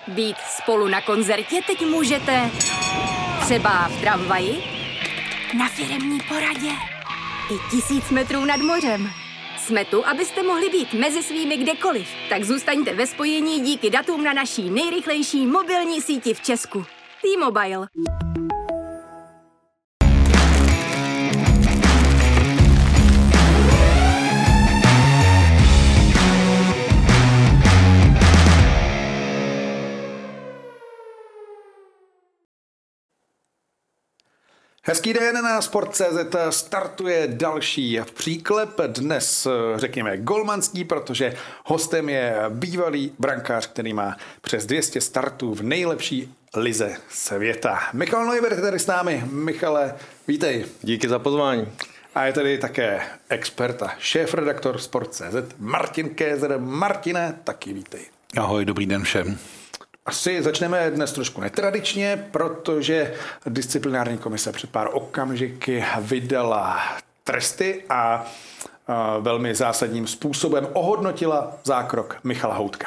Být spolu na koncertě teď můžete třeba v tramvaji, na firemní poradě i 1000 metrů nad mořem. Jsme tu, abyste mohli být mezi svými kdekoliv. Tak zůstaňte ve spojení díky datům na naší nejrychlejší mobilní síti v Česku. T-Mobile. Hezký den, na Sport.cz startuje další příklep, dnes řekněme golmanský, protože hostem je bývalý brankář, který má přes 200 startů v nejlepší lize světa. Michal Neuwirth tady s námi. Michale, vítej. Díky za pozvání. A je tady také expert a šéfredaktor Sport.cz Martin Kézer. Martine, taky vítej. Ahoj, dobrý den všem. Asi začneme dnes trošku netradičně, protože disciplinární komise před pár okamžiky vydala tresty a velmi zásadním způsobem ohodnotila zákrok Michala Houdka.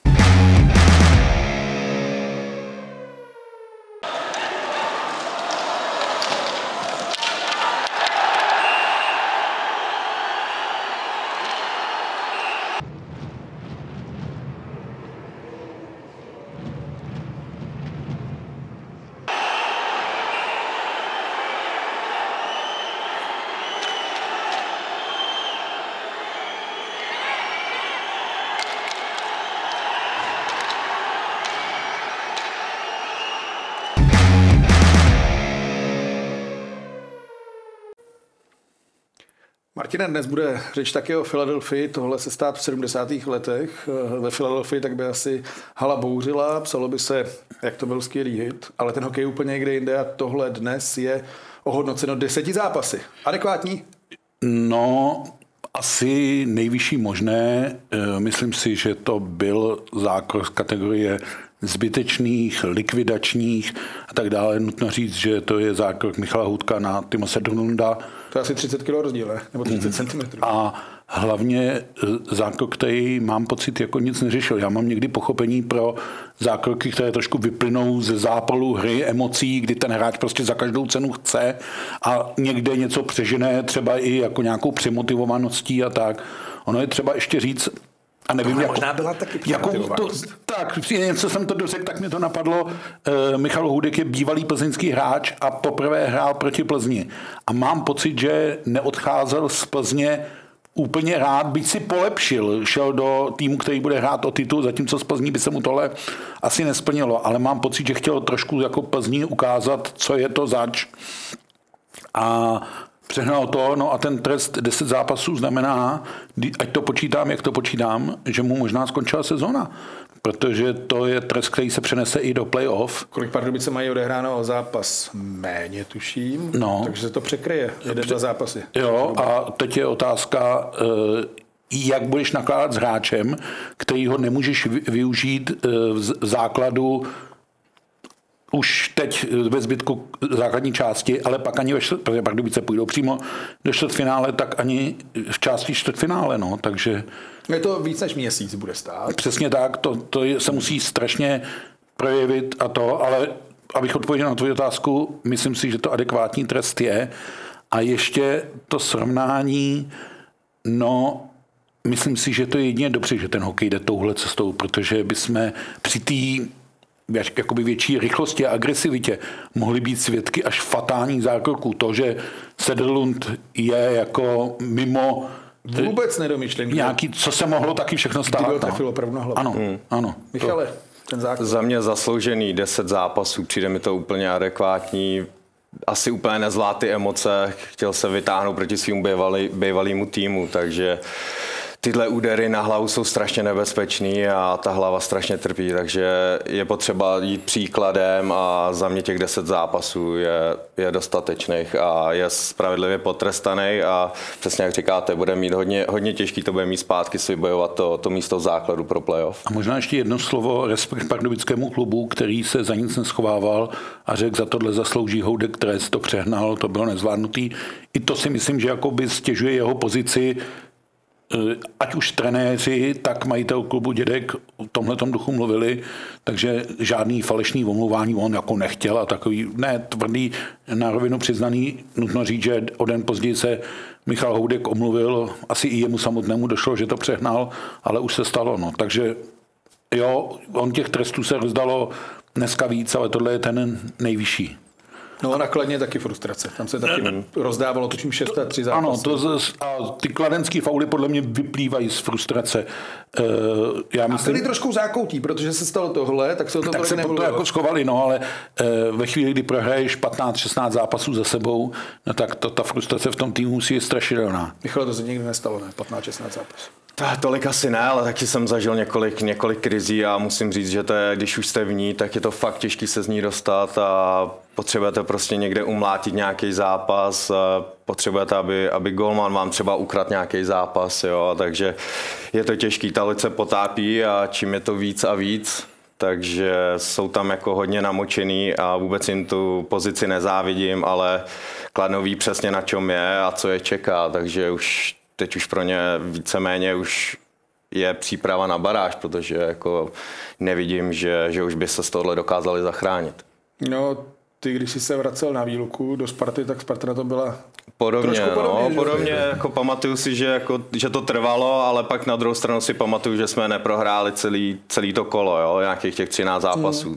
Martine, dnes bude řeč také o Filadelfii, tohle se stát v 70. letech. Ve Filadelfii tak by asi hala bouřila, psalo by se, jak to byl skvělý hit, ale ten hokej je úplně někde jinde a tohle dnes je ohodnoceno 10 zápasy. Adekvátní? No, asi nejvyšší možné. Myslím si, že to byl zákrok z kategorie zbytečných, likvidačních a tak dále. Nutno říct, že to je zákrok Michala Houdka na Timo Söderlunda. To je asi 30 kg rozdíl, ne? Nebo 30 cm. A hlavně zákrok, který mám pocit, jako nic neřešil. Já mám někdy pochopení pro zákroky, které trošku vyplynou ze zápalu hry, emocí, kdy ten hráč prostě za každou cenu chce a někde něco přežene, třeba i jako nějakou přemotivovaností a tak. Ono je třeba ještě říct, a nevím, možná byla taky tak, něco jsem to dořekl, tak mi to napadlo. Michal Houdek je bývalý plzeňský hráč a poprvé hrál proti Plzni. A mám pocit, že neodcházel z Plzně úplně rád, byť si polepšil, šel do týmu, který bude hrát o titul, zatímco z Plzní by se mu tohle asi nesplnilo, ale mám pocit, že chtěl trošku jako Plzni ukázat, co je to zač. A přehnal to, no a ten trest 10 zápasů znamená, ať to počítám, jak to počítám, že mu možná skončila sezona. Protože to je trest, který se přenese i do playoff. Kolik Pardubice mají odehráno o zápas? Méně tuším, no. Takže se to překryje, 1-2 zápasy. Jo, a teď je otázka, jak budeš nakládat s hráčem, který ho nemůžeš využít v základu už teď ve zbytku základní části, ale pak ani protože Pardubice půjdou přímo do čtvrtfinále, tak ani v části čtvrtfinále, no, takže... Je to víc než měsíc bude stát. Přesně tak, to se musí strašně projevit a to, ale abych odpověděl na tvoji otázku, myslím si, že to adekvátní trest je. A ještě to srovnání, no, myslím si, že to je jedině dobře, že ten hokej jde touhle cestou, protože bychom při té jakoby větší rychlosti a agresivitě mohli být svědky až fatálních zákroků. To, že Söderlund je jako mimo vůbec nedomýšlím. Nějaký, co se mohlo taky všechno stát. Kdyby ho trefil opravdu na hlavu. Ano, ano. Michale, ten zákrok. Za mě zasloužený 10 zápasů, přijde mi to úplně adekvátní. Asi úplně nezvládl ty emoce, chtěl se vytáhnout proti svým bývalýmu týmu, takže tyhle údery na hlavu jsou strašně nebezpečný a ta hlava strašně trpí, takže je potřeba jít příkladem a za mě těch 10 zápasů je dostatečných a je spravedlivě potrestaný a přesně jak říkáte, bude mít hodně těžký, to bude mít zpátky si vybojovat to místo v základu pro playoff. A možná ještě jedno slovo, respekt pardubickému klubu, který se za nic neschovával a řekl, za tohle zaslouží Houdek trest, to přehnal, to bylo nezvládnutý. I to si myslím, že jakoby stěžuje jeho pozici ať už trenéři, tak majitel klubu Dědek v tomhletom duchu mluvili, takže žádný falešný omlouvání on jako nechtěl a takový, ne tvrdý, na rovinu přiznaný, nutno říct, že o den později se Michal Houdek omluvil, asi i jemu samotnému došlo, že to přehnal, ale už se stalo, no. Takže jo, on těch trestů se rozdalo dneska víc, ale tohle je ten nejvyšší. No na Kladně taky frustrace. Tam se taky rozdávalo tuším 6-3 zápasy. Ano, a ty kladenský fauly podle mě vyplývají z frustrace. Já myslím, a byli trošku zákoutí, protože se stalo tohle, tak se o tom tak se to jako schovali, no, ale ve chvíli, kdy prohraješ 15-16 zápasů za sebou, no, tak ta frustrace v tom týmu musí je strašidelná. Michal, to se nikdy nestalo, ne? 15-16 zápasů. Tolik asi ne, ale taky jsem zažil několik krizí a musím říct, že to je, když už jste v ní, tak je to fakt těžký se z ní dostat a potřebujete prostě někde umlátit nějaký zápas, potřebujete, aby golman vám třeba ukradl nějaký zápas, jo, takže je to těžký, ta loď se potápí a čím je to víc a víc, takže jsou tam jako hodně namočený a vůbec jim tu pozici nezávidím, ale Kladno ví přesně na čem je a co je čeká, takže teď už pro ně víceméně už je příprava na baráž, protože jako nevidím, že už by se z tohohle dokázali zachránit. No, ty, když jsi se vracel na výluku do Sparty, tak Sparta na to byla podobně, jako pamatuju si, že to trvalo, ale pak na druhou stranu si pamatuju, že jsme neprohráli celý to kolo, jo, nějakých těch 13 zápasů,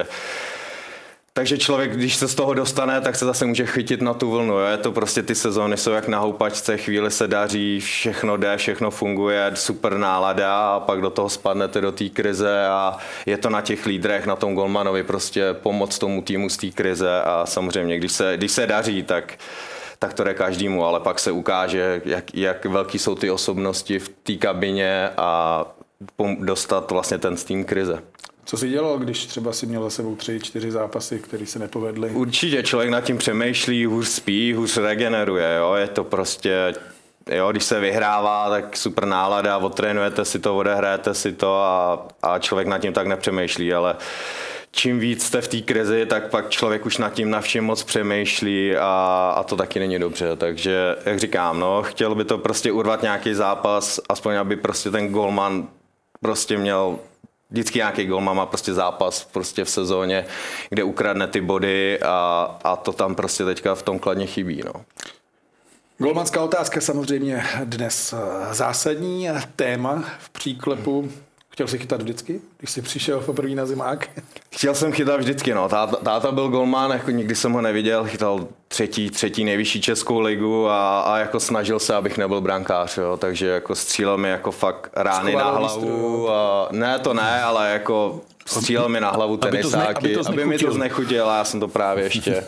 takže člověk, když se z toho dostane, tak se zase může chytit na tu vlnu. Jo? Je to prostě, ty sezóny jsou jak na houpačce, chvíli se daří, všechno jde, všechno funguje, super nálada a pak do toho spadnete do té krize a je to na těch lídrech, na tom golmanovi prostě pomoct tomu týmu z té krize a samozřejmě, když se daří, tak to jde každému, ale pak se ukáže, jak velký jsou ty osobnosti v té kabině a dostat vlastně ten z tým krize. Co jsi dělal, když třeba si měl za sebou 3-4 zápasy, které se nepovedly? Určitě člověk nad tím přemýšlí, hůř spí, hůř regeneruje. Jo? Je to prostě, jo, když se vyhrává, tak super nálada, odtrénujete si to, odehrajete si to a člověk nad tím tak nepřemýšlí, ale čím víc jste v té krizi, tak pak člověk už nad tím na všem moc přemýšlí a to taky není dobře. Takže, jak říkám, no, chtěl by to prostě urvat nějaký zápas, aspoň aby prostě ten golman prostě měl vždycky nějaký golman má prostě zápas prostě v sezóně, kde ukradne ty body a to tam prostě teďka v tom Kladně chybí. No. Golmanská otázka samozřejmě dnes zásadní téma v příklepu. Chtěl jsi chytat vždycky, když jsi přišel poprvé na zimák? Chtěl jsem chytat vždycky, no. Táta byl golman, jako nikdy jsem ho neviděl, chytal třetí nejvyšší českou ligu a jako snažil se, abych nebyl brankář, jo. Takže jako střílel mi jako fakt rány na hlavu. Ne, to ne, ale jako střílel mi na hlavu tenisáky, aby mi to znechutil a já jsem to právě ještě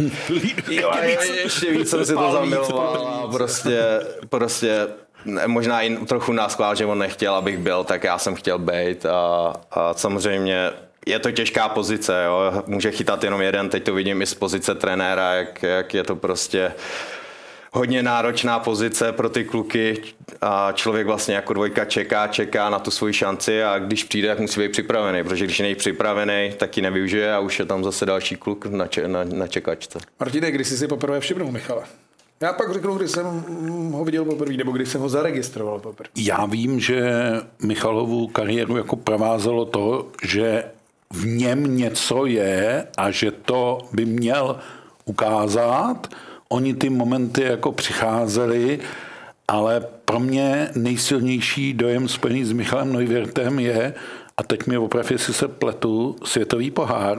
víc jsem si to zamiloval a prostě možná i trochu naschvál, že on nechtěl, abych byl, tak já jsem chtěl být a samozřejmě je to těžká pozice, jo? Může chytat jenom jeden, teď to vidím i z pozice trenéra, jak je to prostě hodně náročná pozice pro ty kluky a člověk vlastně jako dvojka čeká na tu svoji šanci a když přijde, tak musí být připravený, protože když není připravený, tak ji nevyužije a už je tam zase další kluk na čekačce. Martine, kdy jsi si poprvé všimnul Michala? Já pak řeknu, když jsem ho viděl poprvé, nebo když jsem ho zaregistroval poprvé. Já vím, že Michalovu kariéru jako provázelo to, že v něm něco je a že to by měl ukázat. Oni ty momenty jako přicházeli, ale pro mě nejsilnější dojem spojený s Michalem Neuwirthem je, a teď mi opravdu, jestli se pletu, světový pohár.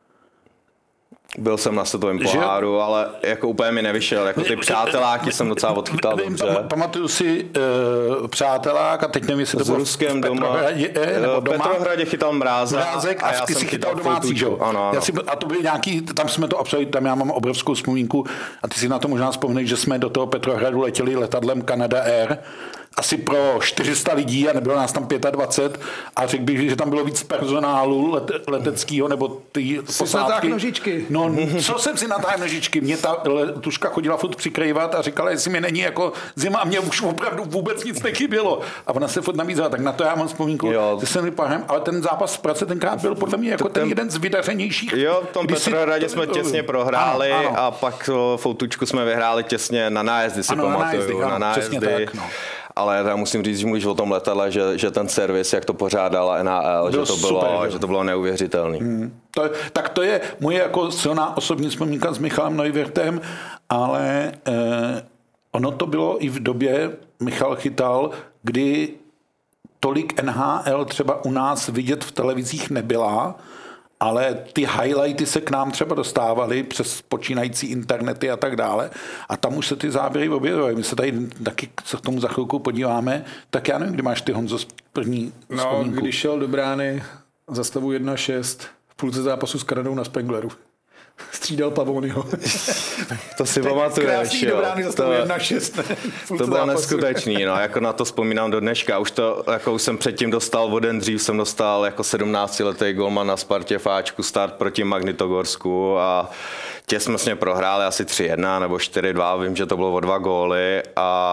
Byl jsem na světovém poháru, ale jako úplně mi nevyšel. Jako ty přáteláky jsem docela odchytal dobře. Pamatuju si přátelák a teď nevím, jestli to bylo s Ruskem doma. V Petrohradě chytal Mrázek a ty si chytal domácí, jo? Ano. A to byly nějaký, tam jsme to absolutně, tam já mám obrovskou vzpomínku a ty si na to možná vzpomeneš, že jsme do toho Petrohradu letěli letadlem Canada Air asi pro 400 lidí a nebylo nás tam 25 a řekl bych, že tam bylo víc personálu leteckého nebo ty posádky. Nožičky. No, co jsem si natáhl nožičky? Mě ta letuška chodila furt přikrývat a říkala, jestli mi není jako zima a mě už opravdu vůbec nic nechybělo. A ona se furt nabízela, tak na to já mám vzpomínku. Ale ten zápas v Praze tenkrát byl podle mě jako ten jeden z vydařenějších. Jo, v tom Petrohradě jsme těsně prohráli a pak Foutučku jsme vyhráli těsně na nájezdy, si pamatuju. Na nájezdy. ale já musím říct, že mluvíš o tom letadle, že ten servis, jak to pořádala NHL, že to bylo neuvěřitelný. Tak to je moje jako silná osobní vzpomínka s Michalem Neuwirtem, ale ono to bylo i v době, Michal chytal, kdy tolik NHL třeba u nás vidět v televizích nebyla, ale ty highlighty se k nám třeba dostávaly přes počínající internety a tak dále a tam už se ty záběry objevovaly. My se tady taky se k tomu za chvilku podíváme, tak já nevím, kdy máš ty, Honzo, první vzpomínku. Když šel do brány za stavu 1-6 v půlce zápasu s Kanadou na Spengleru. Střídal Pavoniho. To si pamatuješ, krásný do brány za stavu 1-6. To bylo neskutečný, no, jako na to vzpomínám do dneška. Už jsem předtím dostal, o den dřív jsem dostal jako 17letý golman na Spartě v Ačku start proti Magnitogorsku a těsně prohráli asi 3-1 nebo 4-2, vím, že to bylo o 2 góly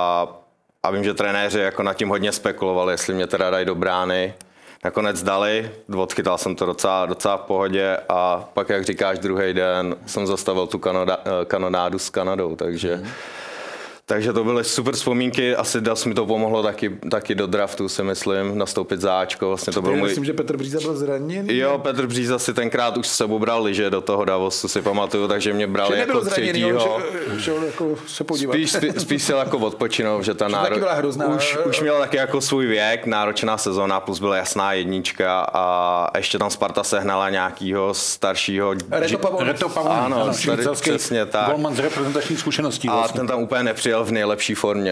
a vím, že trenéři jako nad tím hodně spekulovali, jestli mě teda dají do brány. Nakonec dali, odchytal jsem to docela v pohodě a pak, jak říkáš, druhý den jsem zastavil tu kanonádu s Kanadou, takže to byly super vzpomínky, asi dost mi to pomohlo taky do draftu, si myslím, nastoupit za Ačko. Vlastně to byl myslím, že Petr Bříza byl zraněný. Jo, Petr Bříza si tenkrát už s sebou bral lyže do toho Davosu, si pamatuju, takže mě brali jako třetího. Šel jako se podívat. Spíš se jako odpočinout, že ta už měl taky jako svůj věk, náročná sezóna, plus byla jasná jednička a ještě tam Sparta sehnala nějakýho staršího. Reto Pavon. Ano, přesně tak. Golman z reprezentační zkušeností. A ten tam úplně nepřijel v nejlepší formě.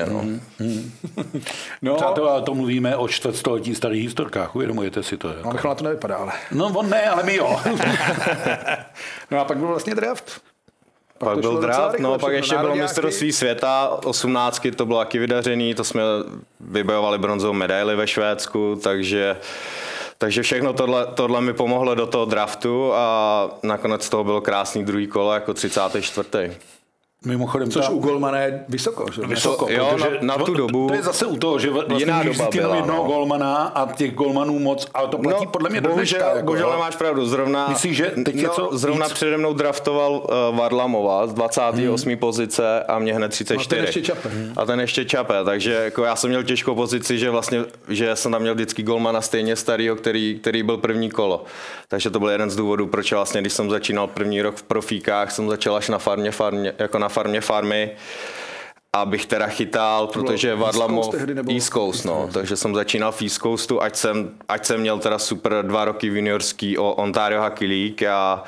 No. Přátelé, to mluvíme o čtvrtstoletí starých historkách, uvědomujete si to? No, Michal na to nevypadá, ale. No, on ne, ale my jo. No a pak byl vlastně draft. Pak byl draft, pak ještě bylo mistrovství světa, 18, to bylo taky vydařený, to jsme vybojovali bronzovou medaili ve Švédsku, takže všechno tohle mi pomohlo do toho draftu a nakonec toho bylo krásný druhý kolo jako 34. Mimochodem, což u golmana je vysoko, že? Vysoko, jo, na tu dobu. To je zase u toho, že vlastně můžeš vzít jenom jednoho golmana a těch golmanů moc, ale to platí podle mě do dneška. Bohužel máš pravdu, myslíš, že teď zrovna přede mnou draftoval Varlamova z 28. pozice a mě hned 34. A ten ještě čape, takže jako já jsem měl těžkou pozici, že jsem tam měl vždycky golmana stejně starýho, který byl první kolo. Takže to byl jeden z důvodů, proč vlastně, když jsem začínal první rok v profíkách, jsem začal až na farmě farmy, abych teda chytal, protože Varlamov East Coast, no, takže jsem začínal v East Coastu, ať jsem měl teda super 2 roky v juniorský Ontario Hockey League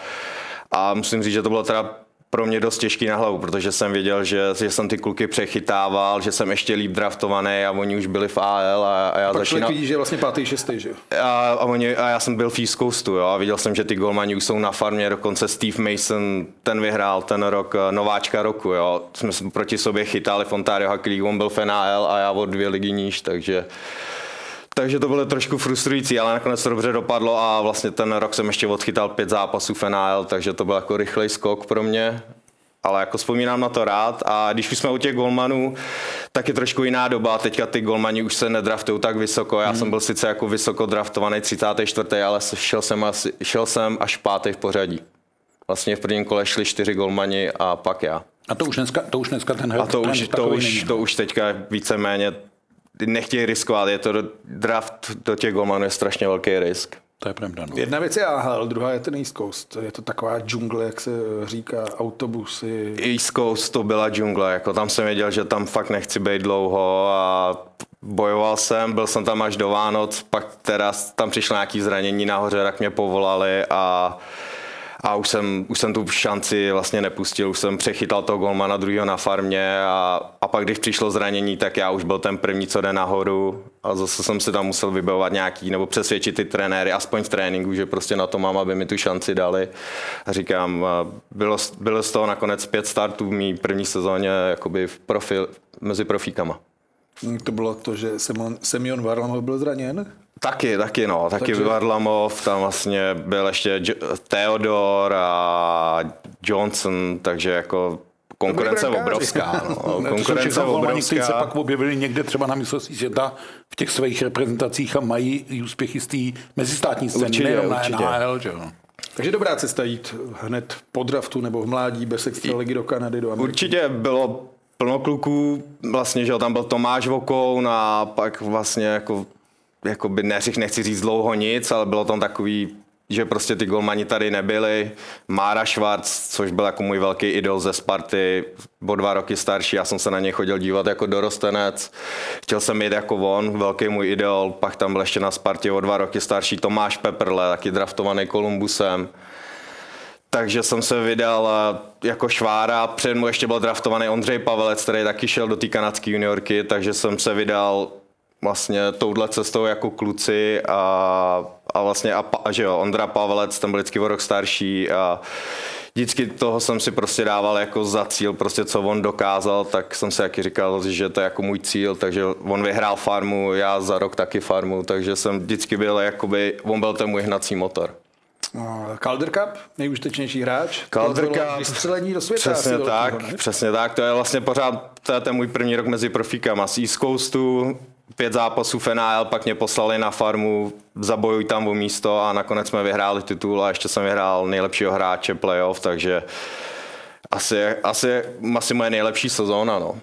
a musím říct, že to bylo teda pro mě dost těžký na hlavu, protože jsem věděl, že jsem ty kluky přechytával, že jsem ještě líp draftovaný a oni už byli v AL a já začínal. Vidíš, že je vlastně 5., 6., že jo? A já jsem byl v East Coastu, jo, a viděl jsem, že ty golmani už jsou na farmě, dokonce Steve Mason, ten vyhrál ten rok nováčka roku, jo. Jsme proti sobě chytali v Ontario Hockey League, on byl v AL a já o 2 ligy níž, takže to bylo trošku frustrující, ale nakonec to dobře dopadlo a vlastně ten rok jsem ještě odchytal 5 zápasů v NHL, takže to byl jako rychlej skok pro mě. Ale jako vzpomínám na to rád a když už jsme u těch golmanů, tak je trošku jiná doba. Teďka ty golmani už se nedraftují tak vysoko. Já jsem byl sice jako vysoko draftovaný 34., ale šel jsem až 5. v pořadí. Vlastně v prvním kole šli 4 golmani a pak já. A to už dneska ten hrad. A to už teďka víceméně nechtějí riskovat, je to draft do těch golmanů je strašně velký risk. To je pravda. No. Jedna věc je AHL, druhá je ten East Coast. Je to taková džungle, jak se říká, autobusy. East Coast to byla džungle, jako tam jsem věděl, že tam fakt nechci být dlouho a bojoval jsem, byl jsem tam až do Vánoc, pak teda tam přišlo nějaké zranění nahoře, tak mě povolali a už jsem tu šanci vlastně nepustil, už jsem přechytal toho golmana druhého na farmě a pak když přišlo zranění, tak já už byl ten první, co jde nahoru a zase jsem si tam musel vybavovat nějaký, nebo přesvědčit ty trenéry, aspoň v tréninku, že prostě na to mám, aby mi tu šanci dali. A bylo z toho nakonec 5 startů v mý první sezóně jakoby mezi profíkama. To bylo to, že Semyon Varlamov byl zraněn? Taky Varlamov, tam vlastně byl ještě Theodor a Johnson, takže jako konkurence obrovská. Konkurence obrovská. Kteří se pak objevili někde třeba na mistrovství světa v těch svých reprezentacích a mají úspěchy z té mezistátní scény, nejenom na NHL. Takže dobrá cesta jít hned po draftu nebo v mládí bez extraligy do Kanady, do Ameriky. Určitě bylo plno kluků, vlastně, že jo, tam byl Tomáš Vokoun a pak vlastně jakoby nechci říct dlouho nic, ale bylo tam takový, že prostě ty golmani tady nebyli. Mára Schwarz, což byl jako můj velký idol ze Sparty, o 2 roky starší, já jsem se na něj chodil dívat jako dorostenec. Chtěl jsem jít jako on, velký můj idol, pak tam byl ještě na Spartě o 2 roky starší Tomáš Peprle, taky draftovaný Columbusem. Takže jsem se vydal jako švára, před mu ještě byl draftovaný Ondřej Pavelec, který taky šel do té kanadské juniorky, takže jsem se vydal vlastně touhle cestou jako kluci a vlastně že jo, Ondra Pavelec, ten byl vždycky o rok starší a vždycky toho jsem si prostě dával jako za cíl, prostě co on dokázal, tak jsem si taky říkal, že to je jako můj cíl, takže on vyhrál farmu, já za rok taky farmu, takže jsem vždycky byl jakoby, on byl ten můj hnací motor. Calder Cup, nejúspěšnější hráč. Calder Cup, vystřelení do světa. Přesně tak, to je vlastně pořád, to je ten můj první rok mezi profíkama. Z East Coastu, 5 zápasů v NHL, pak mě poslali na farmu, zabojuj tam o místo a nakonec jsme vyhráli titul a ještě jsem vyhrál nejlepšího hráče playoff, takže asi moje nejlepší sezóna, no.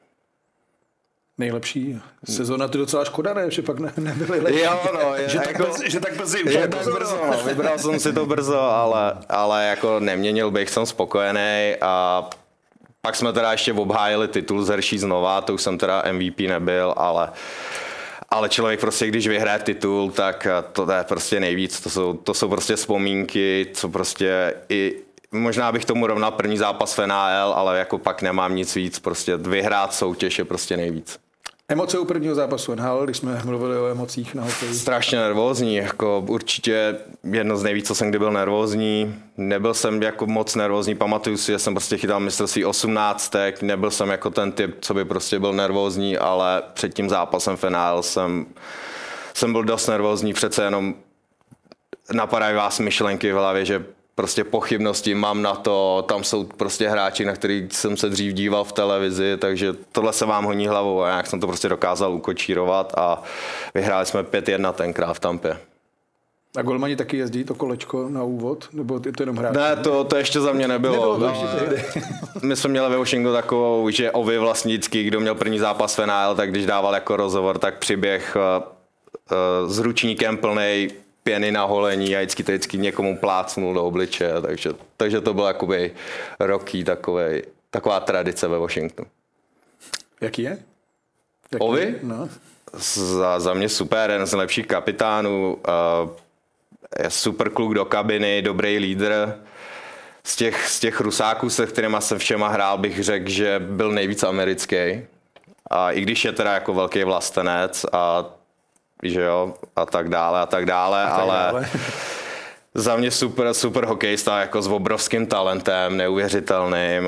Nejlepší sezóna, to docela škoda, ne? Že pak nebyly lepší. Jo, no, že tak brzy. Vybral jsem si to brzo, ale jako neměnil bych, jsem spokojený a pak jsme teda ještě obhájili titul z Hershey znova, to už jsem teda MVP nebyl, ale člověk prostě, když vyhraje titul, tak to je prostě nejvíc, to jsou prostě vzpomínky, co prostě i možná bych tomu rovnal první zápas v NHL, ale jako pak nemám nic víc, prostě vyhrát soutěž je prostě nejvíc. Emoce u prvního zápasu NHL, když jsme mluvili o emocích na hokeji. Strašně nervózní, jako určitě jedno z nejvíc, co jsem kdy byl nervózní. Nebyl jsem jako moc nervózní, pamatuju si, že jsem prostě chytal mistrovství 18, nebyl jsem jako ten typ, co by prostě byl nervózní, ale před tím zápasem v NHL jsem byl dost nervózní, přece jenom napadají vás myšlenky v hlavě, že prostě pochybnosti mám na to, tam jsou prostě hráči, na který jsem se dřív díval v televizi, takže tohle se vám honí hlavou a jak jsem to prostě dokázal ukočírovat a vyhráli jsme 5-1 tenkrát v Tampě. A golmani taky jezdí to kolečko na úvod? Nebo je to jenom hráči? Ne, to ještě za mě nebylo. My jsme měli ve Washingtonu takovou, že Ovi vlastnický, kdo měl první zápas v NHL, tak když dával jako rozhovor, tak přiběh s ručníkem plnej pěny na holení a vždycky někomu plácnul do obličeje, takže to byl jakoby roky taková tradice ve Washingtonu. Jaký je? Ovi? No. Za mě super, jeden z nejlepších kapitánů, je super kluk do kabiny, dobrý lídr. Z těch Rusáků, se kterýma jsem všema hrál, bych řekl, že byl nejvíc americký. A i když je teda jako velký vlastenec a že jo, a tak dále, ale za mě super hokejista jako s obrovským talentem, neuvěřitelným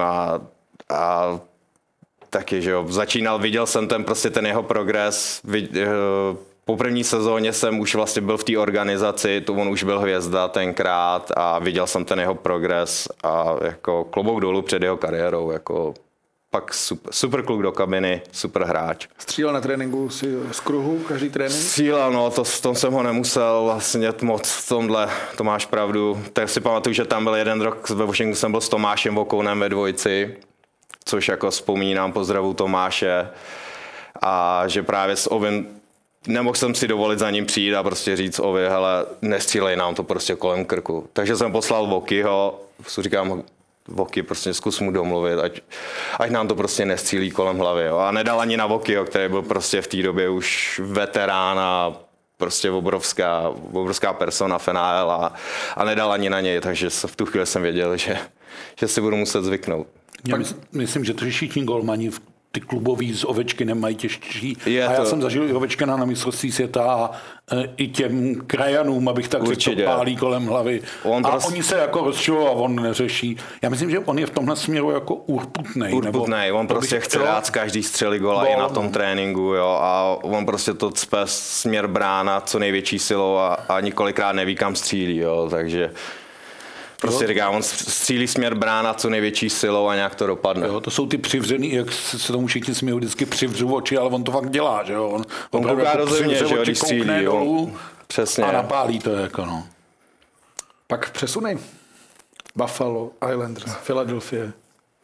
a taky, že jo, viděl jsem ten jeho progres, po první sezóně jsem už vlastně byl v té organizaci, on už byl hvězda tenkrát a viděl jsem ten jeho progres a jako klobouk dolů před jeho kariérou, jako pak super kluk do kabiny, super hráč. Střílel na tréninku z kruhu každý trénink? Střílel, no, v tom jsem ho nemusel vlastně moc v tomhle, to máš pravdu. Tak si pamatuju, že tam byl jeden rok ve Washingtonu, jsem byl s Tomášem Vokounem ve dvojici, což jako vzpomínám, pozdravu Tomáše. A že právě s Ovim nemohl jsem si dovolit za ním přijít a prostě říct Ovi, hele, nestřílej nám to prostě kolem krku. Takže jsem poslal Vokyho, říkám, Voky, prostě zkus mu domluvit, ať nám to prostě nestřílí kolem hlavy. Jo. A nedal ani na Vokyho, který byl prostě v té době už veterán a prostě obrovská persona v NHL a nedal ani na něj, takže v tu chvíli jsem věděl, že si budu muset zvyknout. Já myslím, že to všichni golmani ty klubový z Ovečkinem mají těžší. Já jsem zažil i Ovečkina na mistrovství světa a i těm krajanům, abych tak řekl, pálí kolem hlavy. Oni se jako rozčilou a on neřeší. Já myslím, že on je v tomhle směru jako urputnej. On prostě chce dát z každý střely gola i na tom tréninku, jo, a on prostě to cpe směr brána co největší silou a několikrát neví, kam střílí, jo, takže prostě říkám, on střílí směr brána co největší silou a nějak to dopadne. Jo, to jsou ty přivřený, jak se tomu všichni smějí, vždycky přivřu oči, ale on to fakt dělá, že jo. On kouká jako do země, že jo, když střílí, dolů přesně. A napálí to jako, no. Pak přesunej. Buffalo, Islanders, Philadelphia.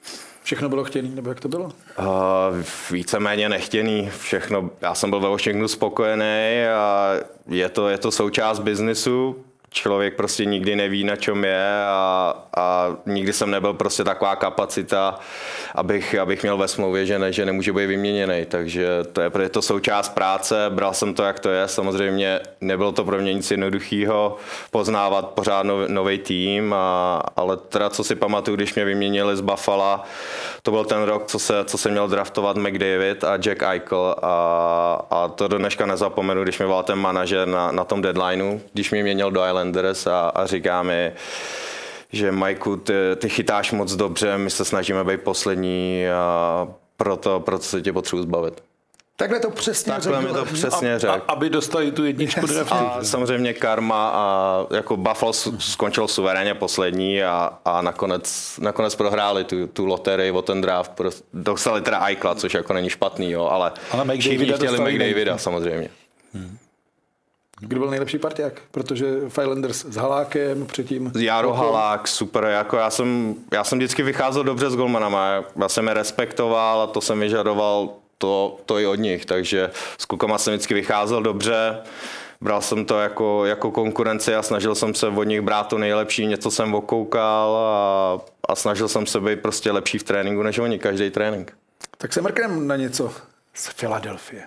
Všechno bylo chtěný, nebo jak to bylo? Víceméně nechtěný, všechno. Já jsem byl ve Washingtonu spokojený a je to součást biznisu. Člověk prostě nikdy neví, na čem je a nikdy jsem nebyl prostě taková kapacita, abych měl ve smlouvě, že nemůže být vyměněný. Takže je to součást práce, bral jsem to, jak to je. Samozřejmě nebylo to pro mě nic jednoduchého poznávat pořád nový tým, ale teda co si pamatuju, když mě vyměnili z Buffalo, to byl ten rok, co se měl draftovat McDavid a Jack Eichel a to do dneška nezapomenu, když mi volal ten manažer na tom deadlineu, když mě měnil do Islanders a říká mi, že Majku, ty chytáš moc dobře, my se snažíme být poslední a proto se tě potřebuji zbavit. Takhle to přesně řekl. Takhle mi to přesně řekl. Aby dostali tu jedničku draftu. A samozřejmě karma a jako Buffalo skončil suverénně poslední a nakonec prohráli tu loterii o ten draft. Dostali teda Eichla, což jako není špatný, jo, ale všichni chtěli McDavida samozřejmě. Kdo byl nejlepší parťák? Protože Islanders s Halákem předtím... Jaro Halák, super, jako já jsem vždycky vycházel dobře s golmanama, já jsem je respektoval a to jsem vyžadoval to i od nich, takže s klukama jsem vždycky vycházel dobře, bral jsem to jako konkurenci a snažil jsem se od nich brát to nejlepší, něco jsem okoukal a snažil jsem se být prostě lepší v tréninku než oni, každý trénink. Tak se mrkneme na něco z Philadelphie.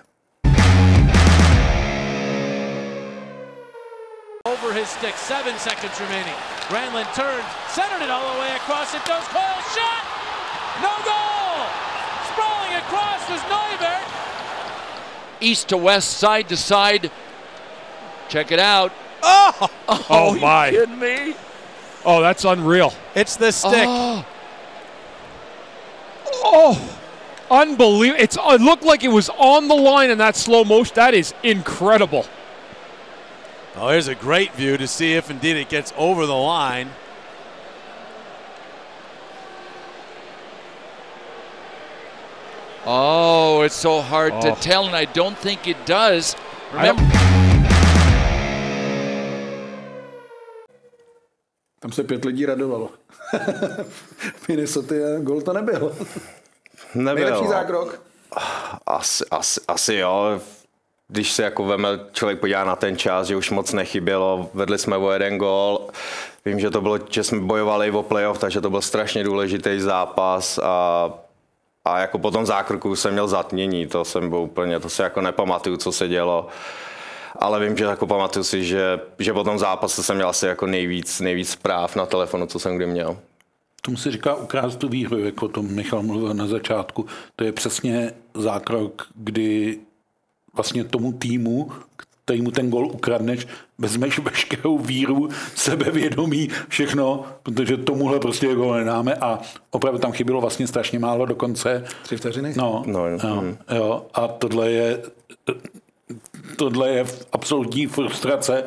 Over his stick, 7 seconds remaining. Granlund turns, centered it all the way across. It goes Cole, shot! No goal! Sprawling across was Neuvirth. East to west, side to side. Check it out. Oh my! You kidding me? Oh, that's unreal. It's the stick. Oh. Unbelievable! It looked like it was on the line in that slow motion. That is incredible. Oh, here's a great view to see if indeed it gets over the line. Oh, it's so hard to tell, and I don't think it does. Remember. Tam se 5 lidí radovalo. V Minnesota gol to nebyl. Nejlepší zákrok? Asi jo. Když se jako člověk podívá na ten čas, že už moc nechybělo, vedli jsme o 1 gól. Vím, že to bylo, že jsme bojovali o playoff, takže to byl strašně důležitý zápas a jako po tom zákroku jsem měl zatmění, to se jako nepamatuju, co se dělo. Ale vím, že jako pamatuju si, že po tom zápase jsem měl asi jako nejvíc zpráv na telefonu, co jsem kdy měl. Tomu se říká ukrást tu výhru, jako o tom Michal mluvil na začátku. To je přesně zákrok, kdy vlastně tomu týmu, kterýmu ten gól ukradneš, vezmeš veškerou víru, sebevědomí, všechno, protože tomuhle prostě gól nedáme a opravdu tam chybilo vlastně strašně málo do konce. 3 vteřiny? Jo, a tohle je absolutní frustrace.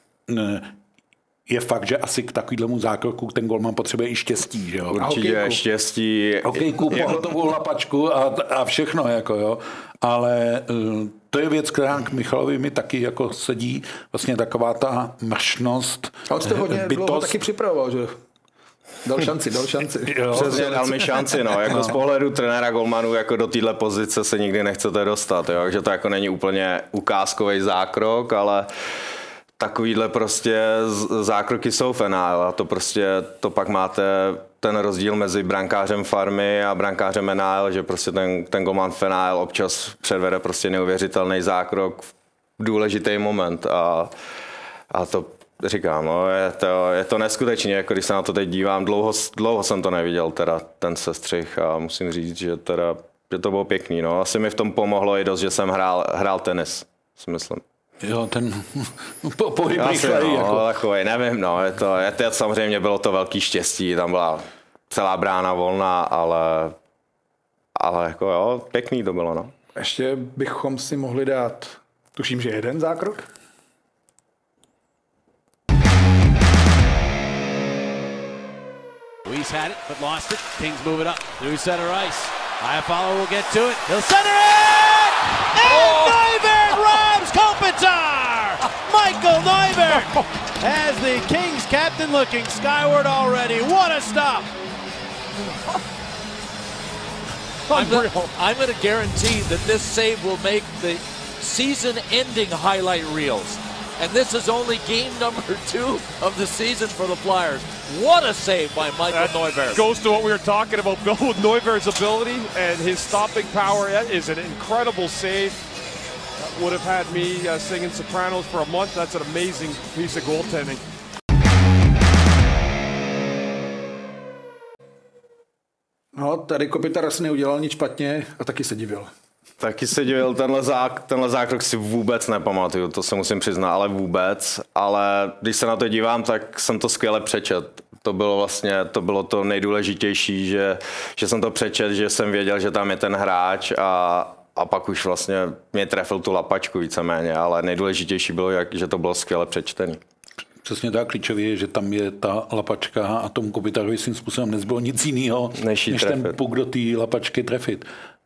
Je fakt, že asi k takovému zákroku ten golman potřebuje i štěstí, že jo? Určitě štěstí. Hokejku, pohotovou lapačku a všechno, jako jo. Ale to je věc, která k Michalovi mi taky jako sedí, vlastně taková ta mršnost, ale jste hodně dlouho taky připravoval, že dal šanci. Přesně, dal mi šanci, no. Jako z pohledu trenéra golmanů jako do téhle pozice se nikdy nechcete dostat, jo. Takže to jako není úplně ukázkový zákrok, ale takovýhle prostě zákroky jsou fenál a to pak máte ten rozdíl mezi brankářem farmy a brankářem NHL, že prostě ten golman fenál občas předvede prostě neuvěřitelný zákrok v důležitý moment a to říkám, no, je to neskutečně, jako když se na to teď dívám, dlouho jsem to neviděl, teda ten sestřih a musím říct, že to bylo pěkný, no. Asi mi v tom pomohlo i dost, že jsem hrál tenis, si myslím. Jo, ten pohyb rychlej. No, takový, nevím, no, je samozřejmě bylo to velký štěstí, tam byla celá brána volná, ale jako jo, pěkný to bylo, no. Ještě bychom si mohli dát, tuším, že 1 zákrok. He's had it, but lost it. Kings move it up through center ice. Iafallo will get to it. He'll center it! And Neuvirth robs Kopitar! Michael Neuvirth has the Kings captain looking skyward already. What a stop! I'm going to guarantee that this save will make the season-ending highlight reels. And this is only game number 2 of the season for the Flyers. What a save by Michael Neuvirth. Goes to what we were talking about, Bill, with Neuvirth's ability and his stopping power. That is an incredible save. That would have had me singing Sopranos for a month. That's an amazing piece of goaltending. No, tady Kopitar asi neudělal nic špatně a taky se divil. Taky se divil, tenhle zákrok si vůbec nepamatuju, to se musím přiznat, ale vůbec. Ale když se na to dívám, tak jsem to skvěle přečet. To bylo to nejdůležitější, že jsem to přečet, že jsem věděl, že tam je ten hráč a pak už vlastně mě trefil tu lapačku víceméně, ale nejdůležitější bylo, že to bylo skvěle přečtený. Přesně tak, klíčově je, že tam je ta lapačka a tomu Kopitarovi svým způsobem nezbylo nic jiného, než ten puk do té lapačky trefit.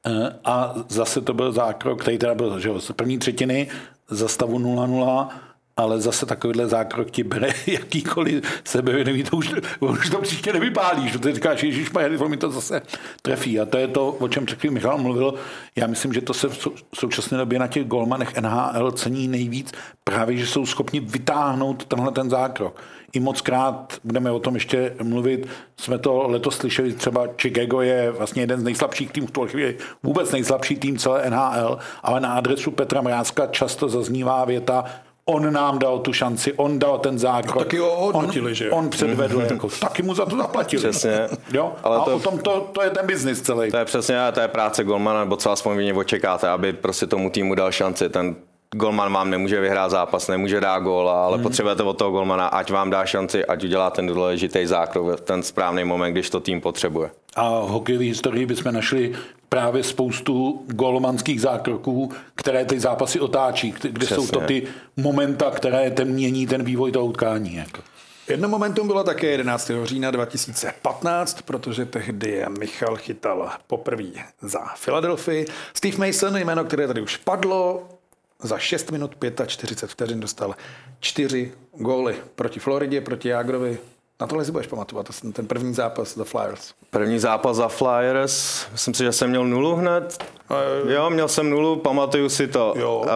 A zase to byl zákrok, který teda byl z první třetiny za stavu 0-0, ale zase takovýhle zákrok ti bere jakýkoliv sebevědomí, to už to příště nevypálíš, že ty říkáš, ježišmarja, mi to zase trefí. A to je to, o čem před chvílí Michal mluvil. Já myslím, že to se v současné době na těch golmanech NHL cení nejvíc, právě, že jsou schopni vytáhnout tenhle ten zákrok. I mockrát budeme o tom ještě mluvit. Jsme to letos slyšeli, třeba Chicago je vlastně jeden z nejslabších týmů, v tuhle chvíli vůbec nejslabší tým celé NHL, ale na adresu Petra Mrázka často zaznívá věta: on nám dal tu šanci, on dal ten zákrok. Taky ho hodnotili, že? On předvedl, jako, taky mu za to zaplatili. Přesně. Jo? Ale o tom to je ten biznis celý. To je přesně, to je práce golmana, nebo co aspoň vy očekáte, aby prostě tomu týmu dal šanci. Ten golman vám nemůže vyhrát zápas, nemůže dát góla, ale potřebujete od toho golmana, ať vám dá šanci, ať udělá ten důležitý zákrok v ten správný moment, když to tým potřebuje. A v hokejové historii bychom našli právě spoustu golmanských zákroků, které ty zápasy otáčí, kde jsou to ty momenta, které mění ten vývoj toho utkání. Jako. Jedno momentum bylo také 11. října 2015, protože tehdy Michal chytal poprvé za Philadelphii. Steve Mason, jméno, které tady už padlo, za 6 minut 45 vteřin dostal 4 góly proti Floridě, proti Jágrovi. Na tohle si budeš pamatovat, ten první zápas za Flyers. První zápas za Flyers, myslím si, že jsem měl 0 hned. Jo, měl jsem 0, pamatuju si to. Jo,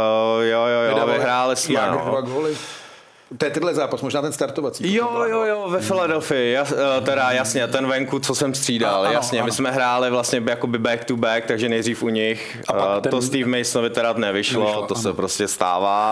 vyhráli jsme. Jágr 2 góly. To je tenhle zápas, možná ten startovací. Jo, ve Philadelphii, teda jasně, ten venku, co jsem střídal, jasně, my jsme hráli vlastně jakoby back to back, takže nejdřív u nich, to Steve Masonovi teda nevyšlo, to se prostě stává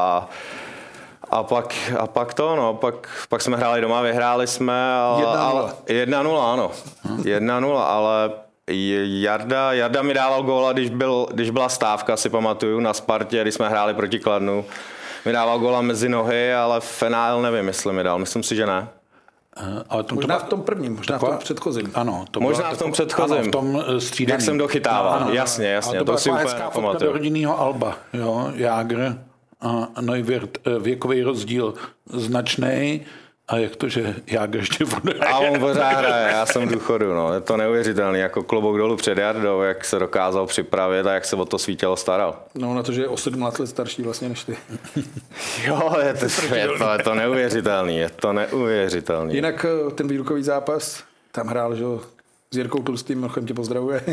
a pak jsme hráli doma, vyhráli jsme 1-0, ano, 1-0, ale Jarda mi dával góla, když byla stávka, si pamatuju, na Spartě, když jsme hráli proti Kladnu. Mi dával góla mezi nohy, ale v NHL nevím, jestli mi dal. Myslím si, že ne. Ale možná v tom prvním, možná v tom předchozím. Ano, možná v tom předchozím. Ano, v tom střídaný. Jak jsem dochytával, ano, jasně. To si úplně pamatuju. Do rodinného Alba, jo, Jágr a Neuwirth, věkový rozdíl značný. A jak to, že Jágr ještě a on pořád hraje, já jsem v důchodu, no. Je to neuvěřitelný, jako klobouk dolů před Jardou, jak se dokázal připravit a jak se o to svítilo staral. No na to, že je o 17 let starší vlastně než ty. Jo, je to neuvěřitelný, je to neuvěřitelný. Jinak ten výlukový zápas, tam hrál, že s Jirkou Tlustým, Mrchem tě pozdravuje.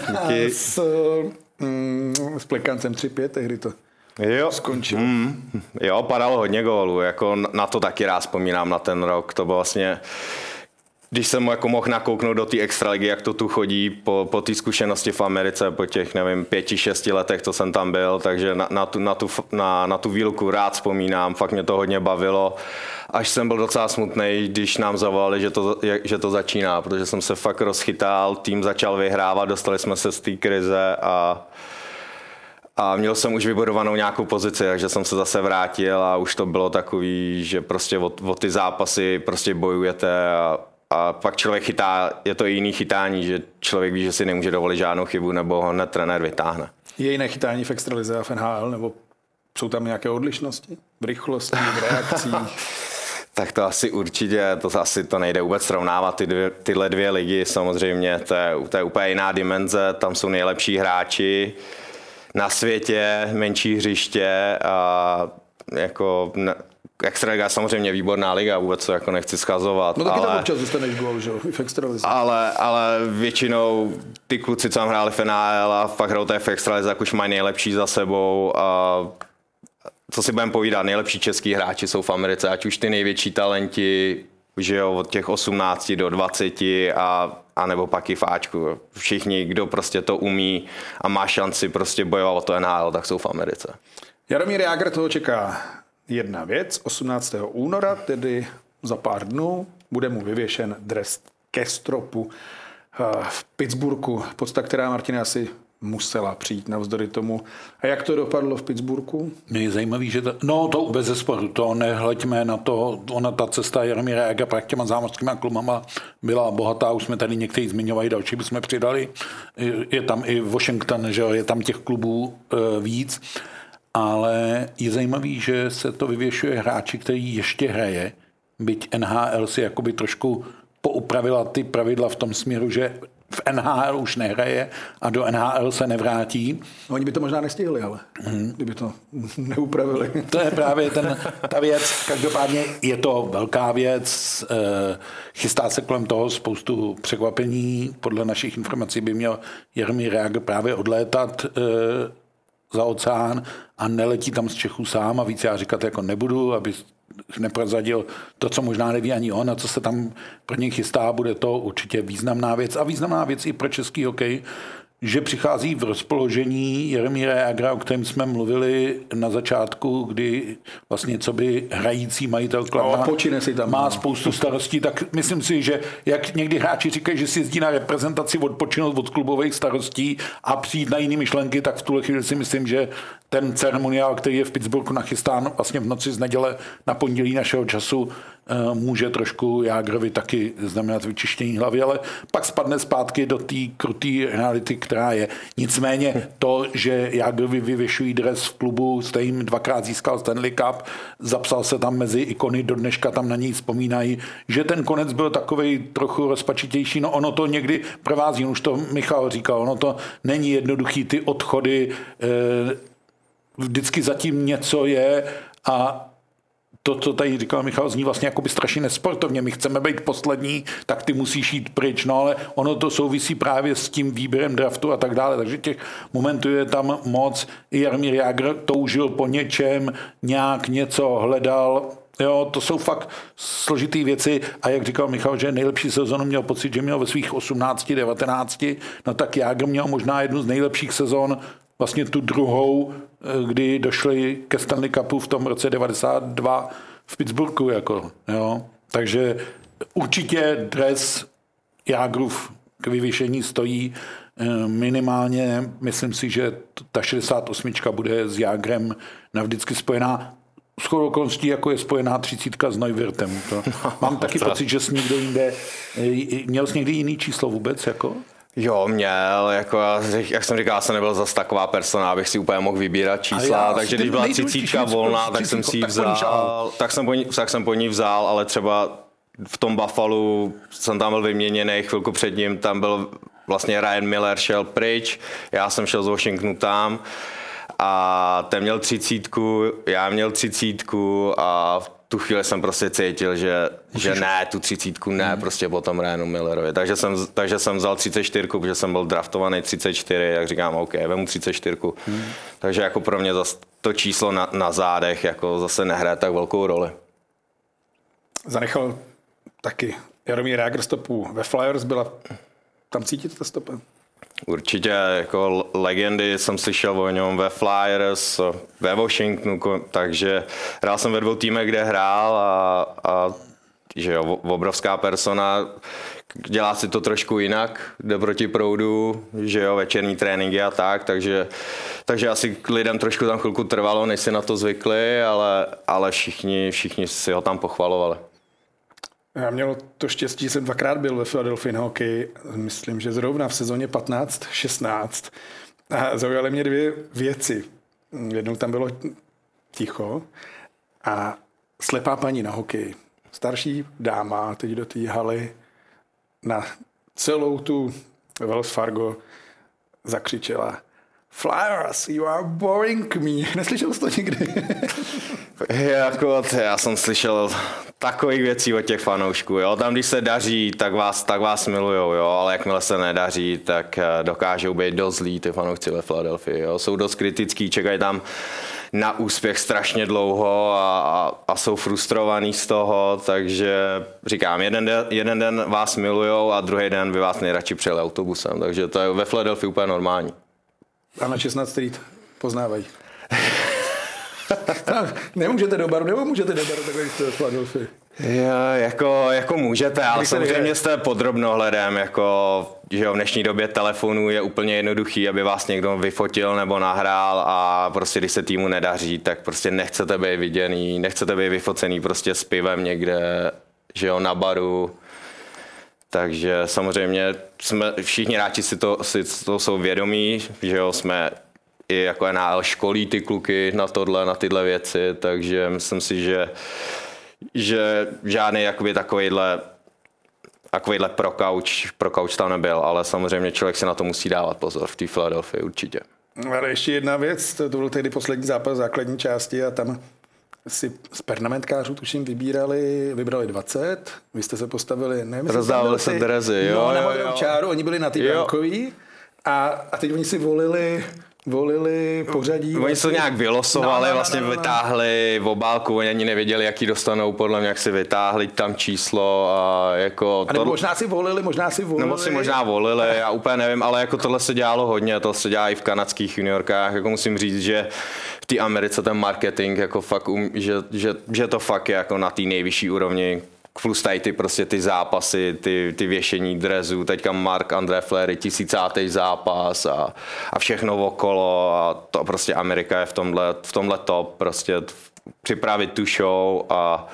S Plekancem 3-5, tehdy to skončil. Jo, padalo hodně gólů, jako na to taky rád vzpomínám, na ten rok. To bylo vlastně, když jsem jako mohl nakouknout do té extraligy, jak to tu chodí po té zkušenosti v Americe, po těch, nevím, 5-6 letech, co jsem tam byl, takže na tu výluku rád vzpomínám, fakt mě to hodně bavilo. Až jsem byl docela smutnej, když nám zavolali, že to začíná, protože jsem se fakt rozchytal, tým začal vyhrávat, dostali jsme se z té krize a měl jsem už vybudovanou nějakou pozici, takže jsem se zase vrátil a už to bylo takový, že prostě o ty zápasy prostě bojujete a pak člověk chytá, je to jiný chytání, že člověk ví, že si nemůže dovolit žádnou chybu nebo ho hned trenér vytáhne. Je jiné chytání v extralize a v NHL, nebo jsou tam nějaké odlišnosti v rychlosti, v reakcích? Tak to asi určitě, to nejde vůbec srovnávat, tyhle dvě ligy samozřejmě, to je úplně jiná dimenze, tam jsou nejlepší hráči na světě, menší hřiště a jako Extraliga je samozřejmě výborná liga, vůbec to jako nechci schazovat. No taky tam občas dostaneš gól, že jo, i v extralize. Ale většinou ty kluci, co tam hráli v NHL a fakt hrajou v extralize, tak už mají nejlepší za sebou a co si budeme povídat, nejlepší český hráči jsou v Americe, ať už ty největší talenti, že jo, od těch 18 do 20 a nebo pak i v Ačku. Všichni, kdo prostě to umí a má šanci prostě bojovat o to NHL, tak jsou v Americe. Jaromír Jágr, toho čeká jedna věc. 18. února, tedy za pár dnů, bude mu vyvěšen dres ke stropu v Pittsburghu. Podsta, která Martina asi musela přijít navzdory tomu. A jak to dopadlo v Pittsburghu? Je zajímavý, že to bez zesporu, to nehleďme na to, ta cesta Jaromíra Jágra právě těma zámořskýma klubama byla bohatá, už jsme tady někteří zmiňovali, další bychom přidali. Je tam i Washington, že je tam těch klubů víc, ale je zajímavý, že se to vyvěšuje hráči, který ještě hraje, byť NHL si jakoby trošku poupravila ty pravidla v tom směru, že v NHL už nehraje a do NHL se nevrátí. No, oni by to možná nestihli, ale kdyby to neupravili. To je právě ta věc. Každopádně je to velká věc. Chystá se kolem toho spoustu překvapení. Podle našich informací by měl Jaromír Jágr právě odlétat za oceán a neletí tam z Čechů sám a víc já říkat jako nebudu, aby neprozradil to, co možná neví ani on a co se tam pro něj chystá, bude to určitě významná věc a významná věc i pro český hokej, že přichází v rozpoložení Jaromíra Jágra, o kterém jsme mluvili na začátku, kdy vlastně co by hrající majitel Kladna má spoustu starostí, tak myslím si, že jak někdy hráči říkají, že si jezdí na reprezentaci odpočinout od klubových starostí a přijít na jiné myšlenky, tak v tuhle chvíli si myslím, že ten ceremoniál, který je v Pittsburghu nachystán vlastně v noci z neděle na pondělí našeho času, může trošku Jágrovi taky znamenat vyčištění hlavy, ale pak spadne zpátky do té kruté reality, která je. Nicméně to, že Jágrovi vyvěšují dres v klubu, jste jim 2krát získal Stanley Cup, zapsal se tam mezi ikony, do dneška tam na něj vzpomínají, že ten konec byl takovej trochu rozpačitější, no ono to někdy provází, už to Michal říkal, ono to není jednoduchý, ty odchody, vždycky zatím něco je a to, co tady říkal Michal, zní vlastně jakoby strašně nesportovně. My chceme být poslední, tak ty musíš jít pryč. No ale ono to souvisí právě s tím výběrem draftu a tak dále. Takže těch momentů je tam moc. I Jaromír Jágr toužil po něčem, nějak něco hledal. Jo, to jsou fakt složitý věci a jak říkal Michal, že nejlepší sezonu měl pocit, že měl ve svých 18, 19, no tak Jágr měl možná jednu z nejlepších sezon, vlastně tu druhou, kdy došli ke Stanley Cupu v tom roce 92 v Pittsburghu. Jako, jo. Takže určitě dres Jágrův k vyvěšení stojí minimálně. Myslím si, že ta 68 bude s Jágrem navždycky spojená. Shodou okolností, jako je spojená 30 s Neuwirtem. Mám taky pocit, že jsi někdo jinde. Měl jsi někdy jiný číslo vůbec? Jako? Jo, měl, jako jak jsem říkal, jsem nebyl zas taková persona, abych si úplně mohl vybírat čísla, takže když byla 30 volná, tak jsem si ji vzal, tak jsem po ní vzal, ale třeba v tom Buffalo jsem tam byl vyměněný, chvilku před ním tam byl vlastně Ryan Miller šel pryč, já jsem šel z Washingtonu tam a ten měl 30, já měl 30 a v tu chvíli jsem prostě cítil, že ne, tu 30 ne, prostě po tom Ryanu Millerovi. Takže jsem vzal 34, protože jsem byl draftovaný 34, jak říkám, OK, vemu 34. Takže jako pro mě zase to číslo na zádech jako zase nehraje tak velkou roli. Zanechal taky Jaromír Jágr stopu ve Flyers, byla tam cítit ta stopa? Určitě, jako legendy jsem slyšel o něm ve Flyers, ve Washingtonu, takže hrál jsem ve 2 týmech, kde hrál a že jo, obrovská persona, dělá si to trošku jinak, jde proti proudu, že jo, večerní tréninky a tak, takže asi lidem trošku tam chvilku trvalo, než si na to zvykli, ale všichni si ho tam pochvalovali. Já měl to štěstí, jsem 2krát byl ve Philadelphia Hockey, myslím, že zrovna v sezóně 15-16 a zaujaly mě 2 věci. Jednou tam bylo ticho a slepá paní na hokej. Starší dáma teď do té haly na celou tu Wells Fargo zakřičela: Flyers, you are boring me. Neslyšel jsi to nikdy? Já jsem slyšel takových věcí od těch fanoušků, jo. Tam, když se daří, tak vás milujou, jo, ale jakmile se nedaří, tak dokážou být dost zlí ty fanoušci ve Philadelphii, jo. Jsou dost kritický, čekají tam na úspěch strašně dlouho a jsou frustrovaní z toho, takže říkám, jeden den vás milujou a druhý den by vás nejradši přijeli autobusem, takže to je ve Philadelphii úplně normální. A na 16. Street poznávají. Nemůžete do baru, takhle jste v Philadelphii. Jako můžete, ale samozřejmě jste podrobnohledem, jako, že v dnešní době telefonů je úplně jednoduchý, aby vás někdo vyfotil nebo nahrál a prostě když se týmu nedaří, tak prostě nechcete být viděný, nechcete být vyfocený prostě s pivem někde, že jo, na baru. Takže samozřejmě jsme všichni hráči si to jsou vědomí, že jo, jsme i jako NHL školí ty kluky na tyhle věci, takže myslím si, že žádný jakoby takovýhle prokauč tam nebyl, ale samozřejmě člověk si na to musí dávat pozor v té Philadelphii určitě. Ale ještě jedna věc, to byl tehdy poslední zápas základní části a tam si z pernamentkářů tuším vybrali 20, vy jste se postavili, nevím, rozdávali se drezy, jo. Na modrou čáru, oni byli na ty brankový a teď oni si volili pořadí. Oni se nějak vylosovali, vlastně vytáhli v obálku, oni ani nevěděli, jaký dostanou, podle mě, jak si vytáhli tam číslo a jako... A nebo možná si volili. Nebo si možná volili, já úplně nevím, ale jako tohle se dělalo hodně, to se dělá i v kanadských juniorkách, jako musím říct, že v té Americe ten marketing, jako fakt, že to fakt je jako na té nejvyšší úrovni. Plus tady ty zápasy, ty věšení drezů, teďka Marc-André Fleury, 1000. zápas a všechno okolo a to prostě Amerika je v tomhle top, prostě připravit tu show a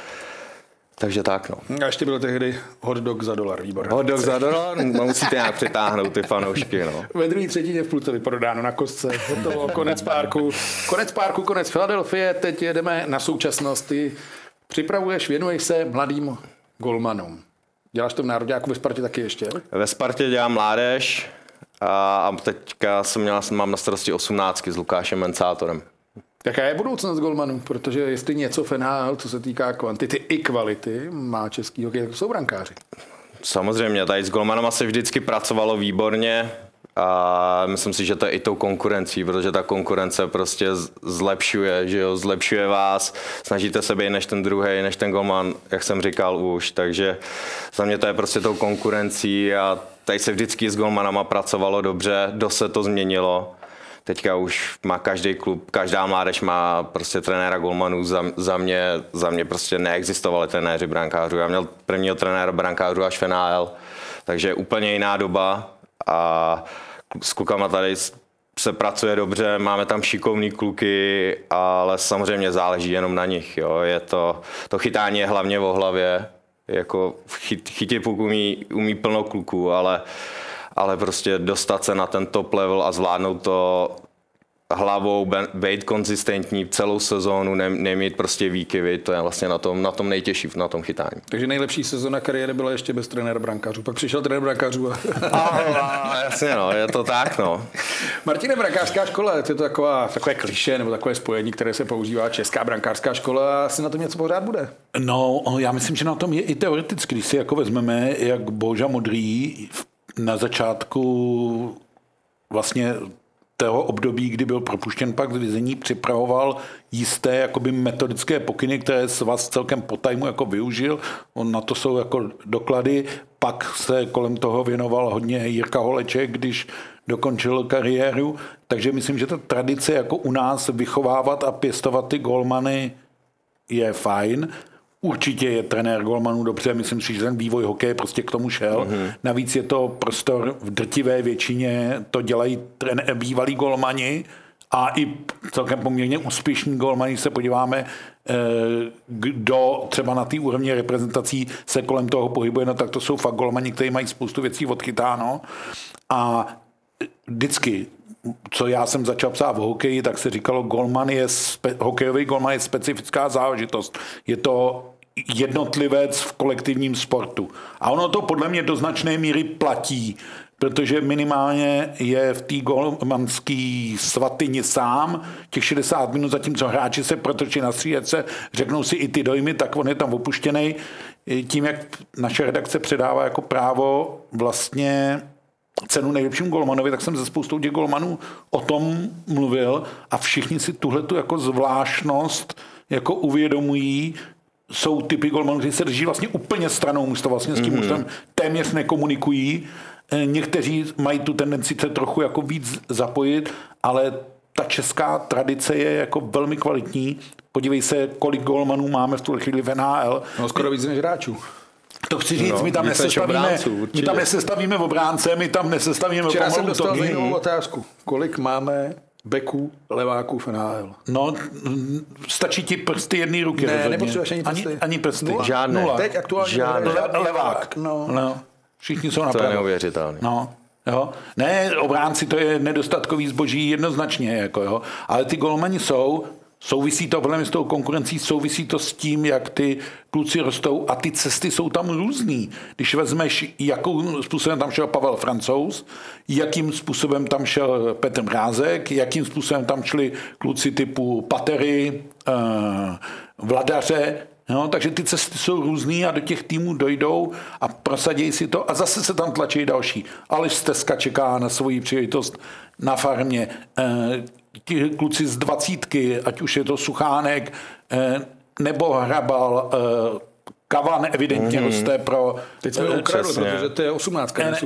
takže tak, no. A ještě byl tehdy hot dog za $1, výborně. Hot dog za $1? Musíte nějak přitáhnout ty fanoušky, no. Ve druhé třetině v půlce vyprodáno na kostce, hotovo, konec párku, konec Philadelphie, teď jedeme na současnost. Připravuješ, věnuješ se mladým golmanům. Děláš to v národňáku ve Spartě taky ještě? Ve Spartě dělám mládež a teďka mám na starosti 18 s Lukášem Mencátorem. Jaká je budoucnost golmanů? Protože jestli něco v NHL, co se týká kvantity i kvality, má český hokej, jako jsou brankáři. Samozřejmě, tady s golmanama se vždycky pracovalo výborně. A myslím si, že to je i tou konkurencí, protože ta konkurence prostě zlepšuje, že jo, zlepšuje vás, snažíte se být než ten druhej, než ten golman, jak jsem říkal už, takže za mě to je prostě tou konkurencí a tady se vždycky s golmanama pracovalo dobře, dost se to změnilo. Teďka už má každý klub, každá mládež má prostě trenéra golmanů, za mě prostě neexistovali trenéři brankářů. Já měl prvního trenéra brankářů až v NHL, takže úplně jiná doba. A s klukama tady se pracuje dobře, máme tam šikovný kluky, ale samozřejmě záleží jenom na nich. Jo. To chytání je hlavně o hlavě, jako chytit puk umí plno kluků, ale prostě dostat se na ten top level a zvládnout to hlavou, být konzistentní celou sezónu, nemít prostě výkyvy, to je vlastně na tom nejtěžší, na tom chytání. Takže nejlepší sezóna kariéry byla ještě bez trenéra brankářů. Pak přišel trenér brankářů. Jasně, no, je to tak, no. Martine, brankářská škola, je to takové klišé nebo takové spojení, které se používá, česká brankářská škola, asi na tom něco pořád bude? No, já myslím, že na tom je i teoreticky, když si jako vezmeme, jak Boža Modrý na začátku vlastně toho období, kdy byl propuštěn pak z vězení, připravoval jisté jakoby metodické pokyny, které se vás celkem po tajmu jako využil. On na to jsou jako doklady. Pak se kolem toho věnoval hodně Jirka Holeček, když dokončil kariéru. Takže myslím, že ta tradice jako u nás vychovávat a pěstovat ty golmany je fajn. Určitě je trenér golmanů dobře, myslím si, že ten vývoj hokeje prostě k tomu šel. Mm-hmm. Navíc je to prostor v drtivé většině, to dělají bývalí golmani a i celkem poměrně úspěšní golmani, se podíváme, kdo třeba na té úrovni reprezentací se kolem toho pohybuje, no tak to jsou fakt golmani, kteří mají spoustu věcí odchytáno. A vždycky, co já jsem začal psát v hokeji, tak se říkalo, hokejový golman je specifická záležitost. Je to jednotlivec v kolektivním sportu. A ono to podle mě do značné míry platí. protože minimálně je v té golmanské svatyni sám těch 60 minut, zatímco hráči se protočí na střídačce, řeknou si i ty dojmy, tak on je tam opuštěný. Tím, jak naše redakce předává jako právo vlastně cenu nejlepšímu golmanovi, tak jsem se spoustou těch golmanů o tom mluvil a všichni si tuhletu jako zvláštnost jako uvědomují. Jsou typy golmanů, kteří se drží vlastně úplně stranou místo, vlastně s tím mužstvem téměř nekomunikují. Někteří mají tu tendenci se trochu jako víc zapojit, ale ta česká tradice je jako velmi kvalitní. Podívej se, kolik golmanů máme v tuhle chvíli v NHL. No skoro víc než hráčů. To chci říct, my tam nesestavíme obránce, my tam nesestavíme Včera jsem dostal zajímavou otázku. Kolik máme beků, leváků v NHL? No, stačí ti prsty jedné ruky. Ne, nepotřebuješ ani prsty. Ani prsty. Žádné. Teď aktuálně žádný. Levák. No. Všichni jsou napravo. To je neuvěřitelné. No. Jo. Ne, obránci to je nedostatkový zboží jednoznačně, jako, jo. Ale ty golmani souvisí to podle mě s tou konkurencí, souvisí to s tím, jak ty kluci rostou a ty cesty jsou tam různý. Když vezmeš, jakým způsobem tam šel Pavel Francouz, jakým způsobem tam šel Petr Mrázek, jakým způsobem tam šli kluci typu Patery, Vladaře, no, takže ty cesty jsou různý a do těch týmů dojdou a prosadí si to a zase se tam tlačí další. Aleš Stezka čeká na svoji příležitost na farmě. Ti kluci z 20, ať už je to Suchánek nebo Hrabal, Kavan evidentně roste pro... Teď jsme ukradli, protože to je 18. Ne,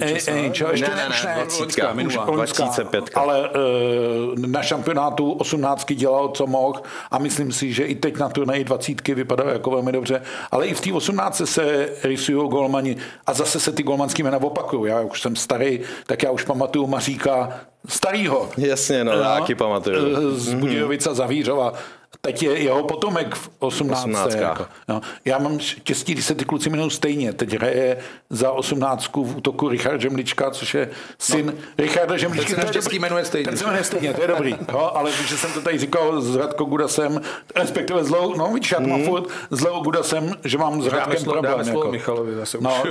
2005. Ale na šampionátu 18 dělal, co mohl a myslím si, že i teď na turnaji 20 vypadá jako velmi dobře. Ale i v té 18 se rysují golmani a zase se ty golmanský jména opakují. Já už jsem starý, tak já už pamatuju Maříka starýho. Jasně, no, taky pamatuju. Z Budějovica Zavířova. Teď je jeho potomek v 18. Jako, no. Já mám štěstí, když se ty kluci jmenují stejně. Teď hraje za 18 v útoku Richard Žemlička, což je syn Richarda Žemličky. Ten štěstí jmenuje stejně. Ten se jmenuje stejně, to je dobrý. Jo, ale když jsem to tady říkal s Radko Gudasem, respektive vidíš, já to mám furt s Leo Gudasem, že mám s Radkem problém. Dáme slovo Michalovi zase. No,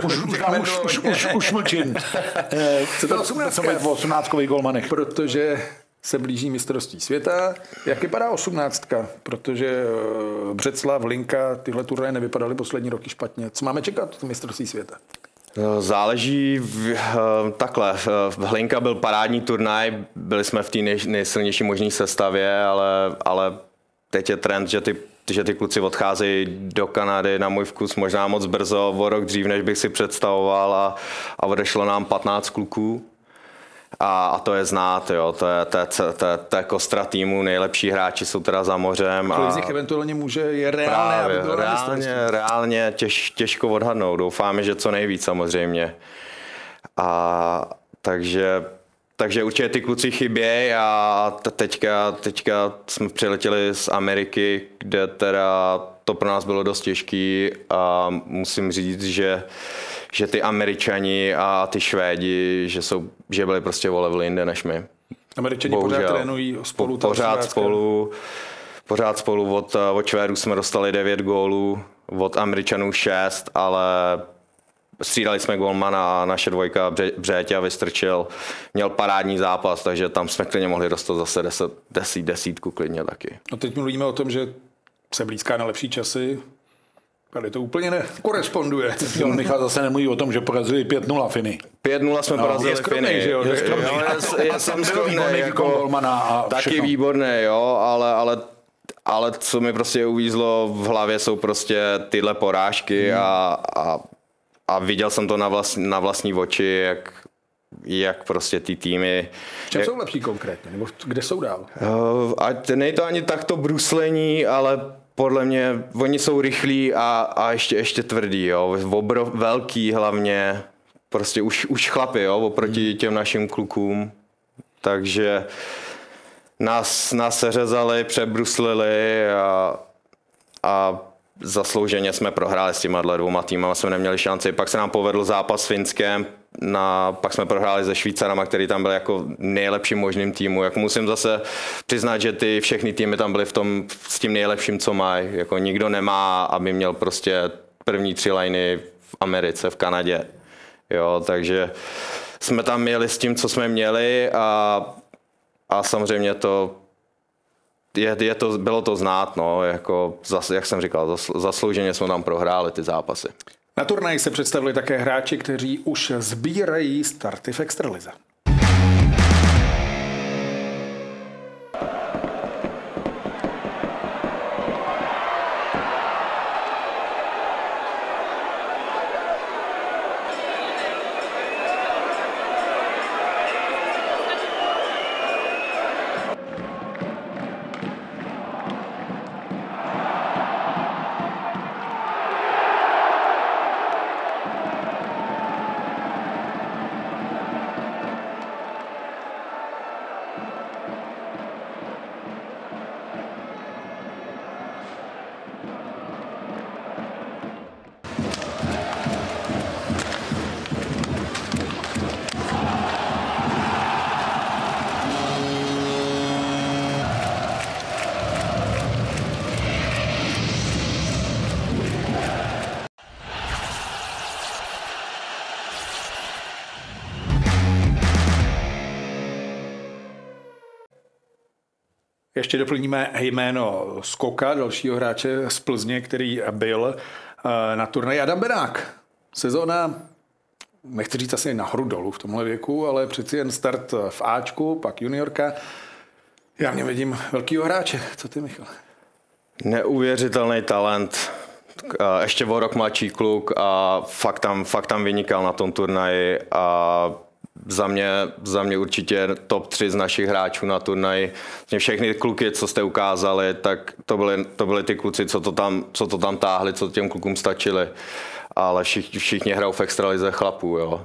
už mlčím. Chcete být v 18kových golmanech. Protože se blíží mistrovství světa. Jak vypadá 18? Protože Břeclav, Hlinka, tyhle turnaje nevypadaly poslední roky špatně. Co máme čekat v mistrovství světa? Záleží takhle. Hlinka byl parádní turnaj, byli jsme v té nejsilnější možné sestavě, ale teď je trend, že ty kluci odcházejí do Kanady na můj vkus možná moc brzo, o rok dřív, než bych si představoval a odešlo nám 15 kluků. A to je znát, jo. To je kostra týmu, nejlepší hráči jsou teda za mořem. Kolik z nich eventuálně je reálně těžko odhadnout. Doufáme, že co nejvíc samozřejmě. A takže určitě ty kluci chybějí a teďka jsme přiletěli z Ameriky, kde teda to pro nás bylo dost těžký a musím říct, že ty Američani a ty Švédi, že byli prostě o level jinde než my. Američani pořád trénují spolu. Pořád spolu. Od Švédů jsme dostali 9 gólů, od Američanů 6, ale střídali jsme golmana a naše dvojka Břeťa Vystrčil měl parádní zápas, takže tam jsme klidně mohli dostat zase desítku klidně taky. No teď mluvíme o tom, že se blízká na lepší časy. Ale to úplně nekoresponduje. Michal zase nemluví o tom, že porazili 5-0 Finy. 5-0 jsme porazili Finy. Je jsem skromný, jako taky výborný, jo, ale co mi prostě uvízlo v hlavě jsou prostě tyhle porážky a viděl jsem to na vlastní oči, jak prostě ty týmy... V čem jsou lepší konkrétně? Nebo kde jsou dál? Nejde to ani takto bruslení, ale podle mě, oni jsou rychlí a ještě tvrdí, jo. Velký hlavně, prostě už chlapi, jo, oproti těm našim klukům. Takže nás seřezali, přebruslili a zaslouženě jsme prohráli s těma dvěma týmama, jsme neměli šanci. Pak se nám povedl zápas s Finskem, pak jsme prohráli se Švýcarama, který tam byl jako nejlepším možným týmu. Jako musím zase přiznat, že ty všechny týmy tam byly s tím nejlepším, co mají. Jako nikdo nemá, aby měl prostě první 3 liny v Americe, v Kanadě. Jo, takže jsme tam měli s tím, co jsme měli a samozřejmě bylo to znát, no, jako, jak jsem říkal, zaslouženě jsme tam prohráli ty zápasy. Na turnaji se představili také hráči, kteří už sbírají starty v extralize. Ještě doplníme jméno Skoka, dalšího hráče z Plzně, který byl na turnaji. Adam Benák. Sezóna, nechci říct asi nahoru dolů v tomhle věku, ale přeci jen start v Ačku, pak juniorka. Já mě vidím velkýho hráče. Co ty, Michal? Neuvěřitelný talent. Ještě o rok mladší kluk a fakt tam vynikal na tom turnaji a za mě určitě top 3 z našich hráčů na turnaji. Všechny kluky, co jste ukázali, tak to byly ty kluci, co to tam táhli, co těm klukům stačili. Ale všichni hrajou v extralize chlapů, jo.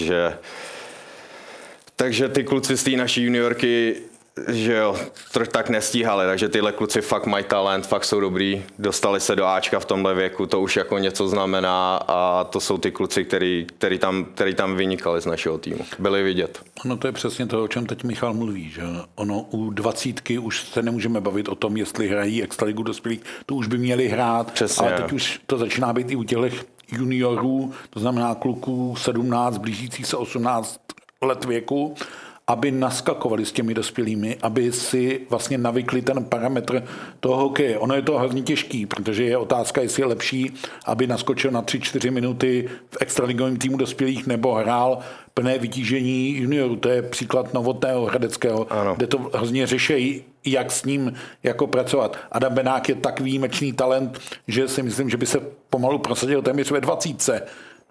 Takže ty kluci z té naší juniorky, že jo, tak nestíhali, takže tyhle kluci fakt mají talent, fakt jsou dobrý, dostali se do Ačka v tomhle věku, to už jako něco znamená a to jsou ty kluci, který tam vynikali z našeho týmu, byli vidět. No to je přesně to, o čem teď Michal mluví, že ono u 20 už se nemůžeme bavit o tom, jestli hrají extraligu dospělých, to už by měli hrát, přesně, ale teď už to začíná být i u těch juniorů, to znamená kluků 17, blížících se 18 let věku, aby naskakovali s těmi dospělými, aby si vlastně navykli ten parametr toho hokeje. Ono je to hrozně těžký, protože je otázka, jestli je lepší, aby naskočil na 3-4 minuty v extraligovém týmu dospělých nebo hrál plné vytížení juniorů. To je příklad Novotného Hradeckého, ano, kde to hrozně řešejí, jak s ním jako pracovat. Adam Benák je tak výjimečný talent, že si myslím, že by se pomalu prosadil téměř ve 20.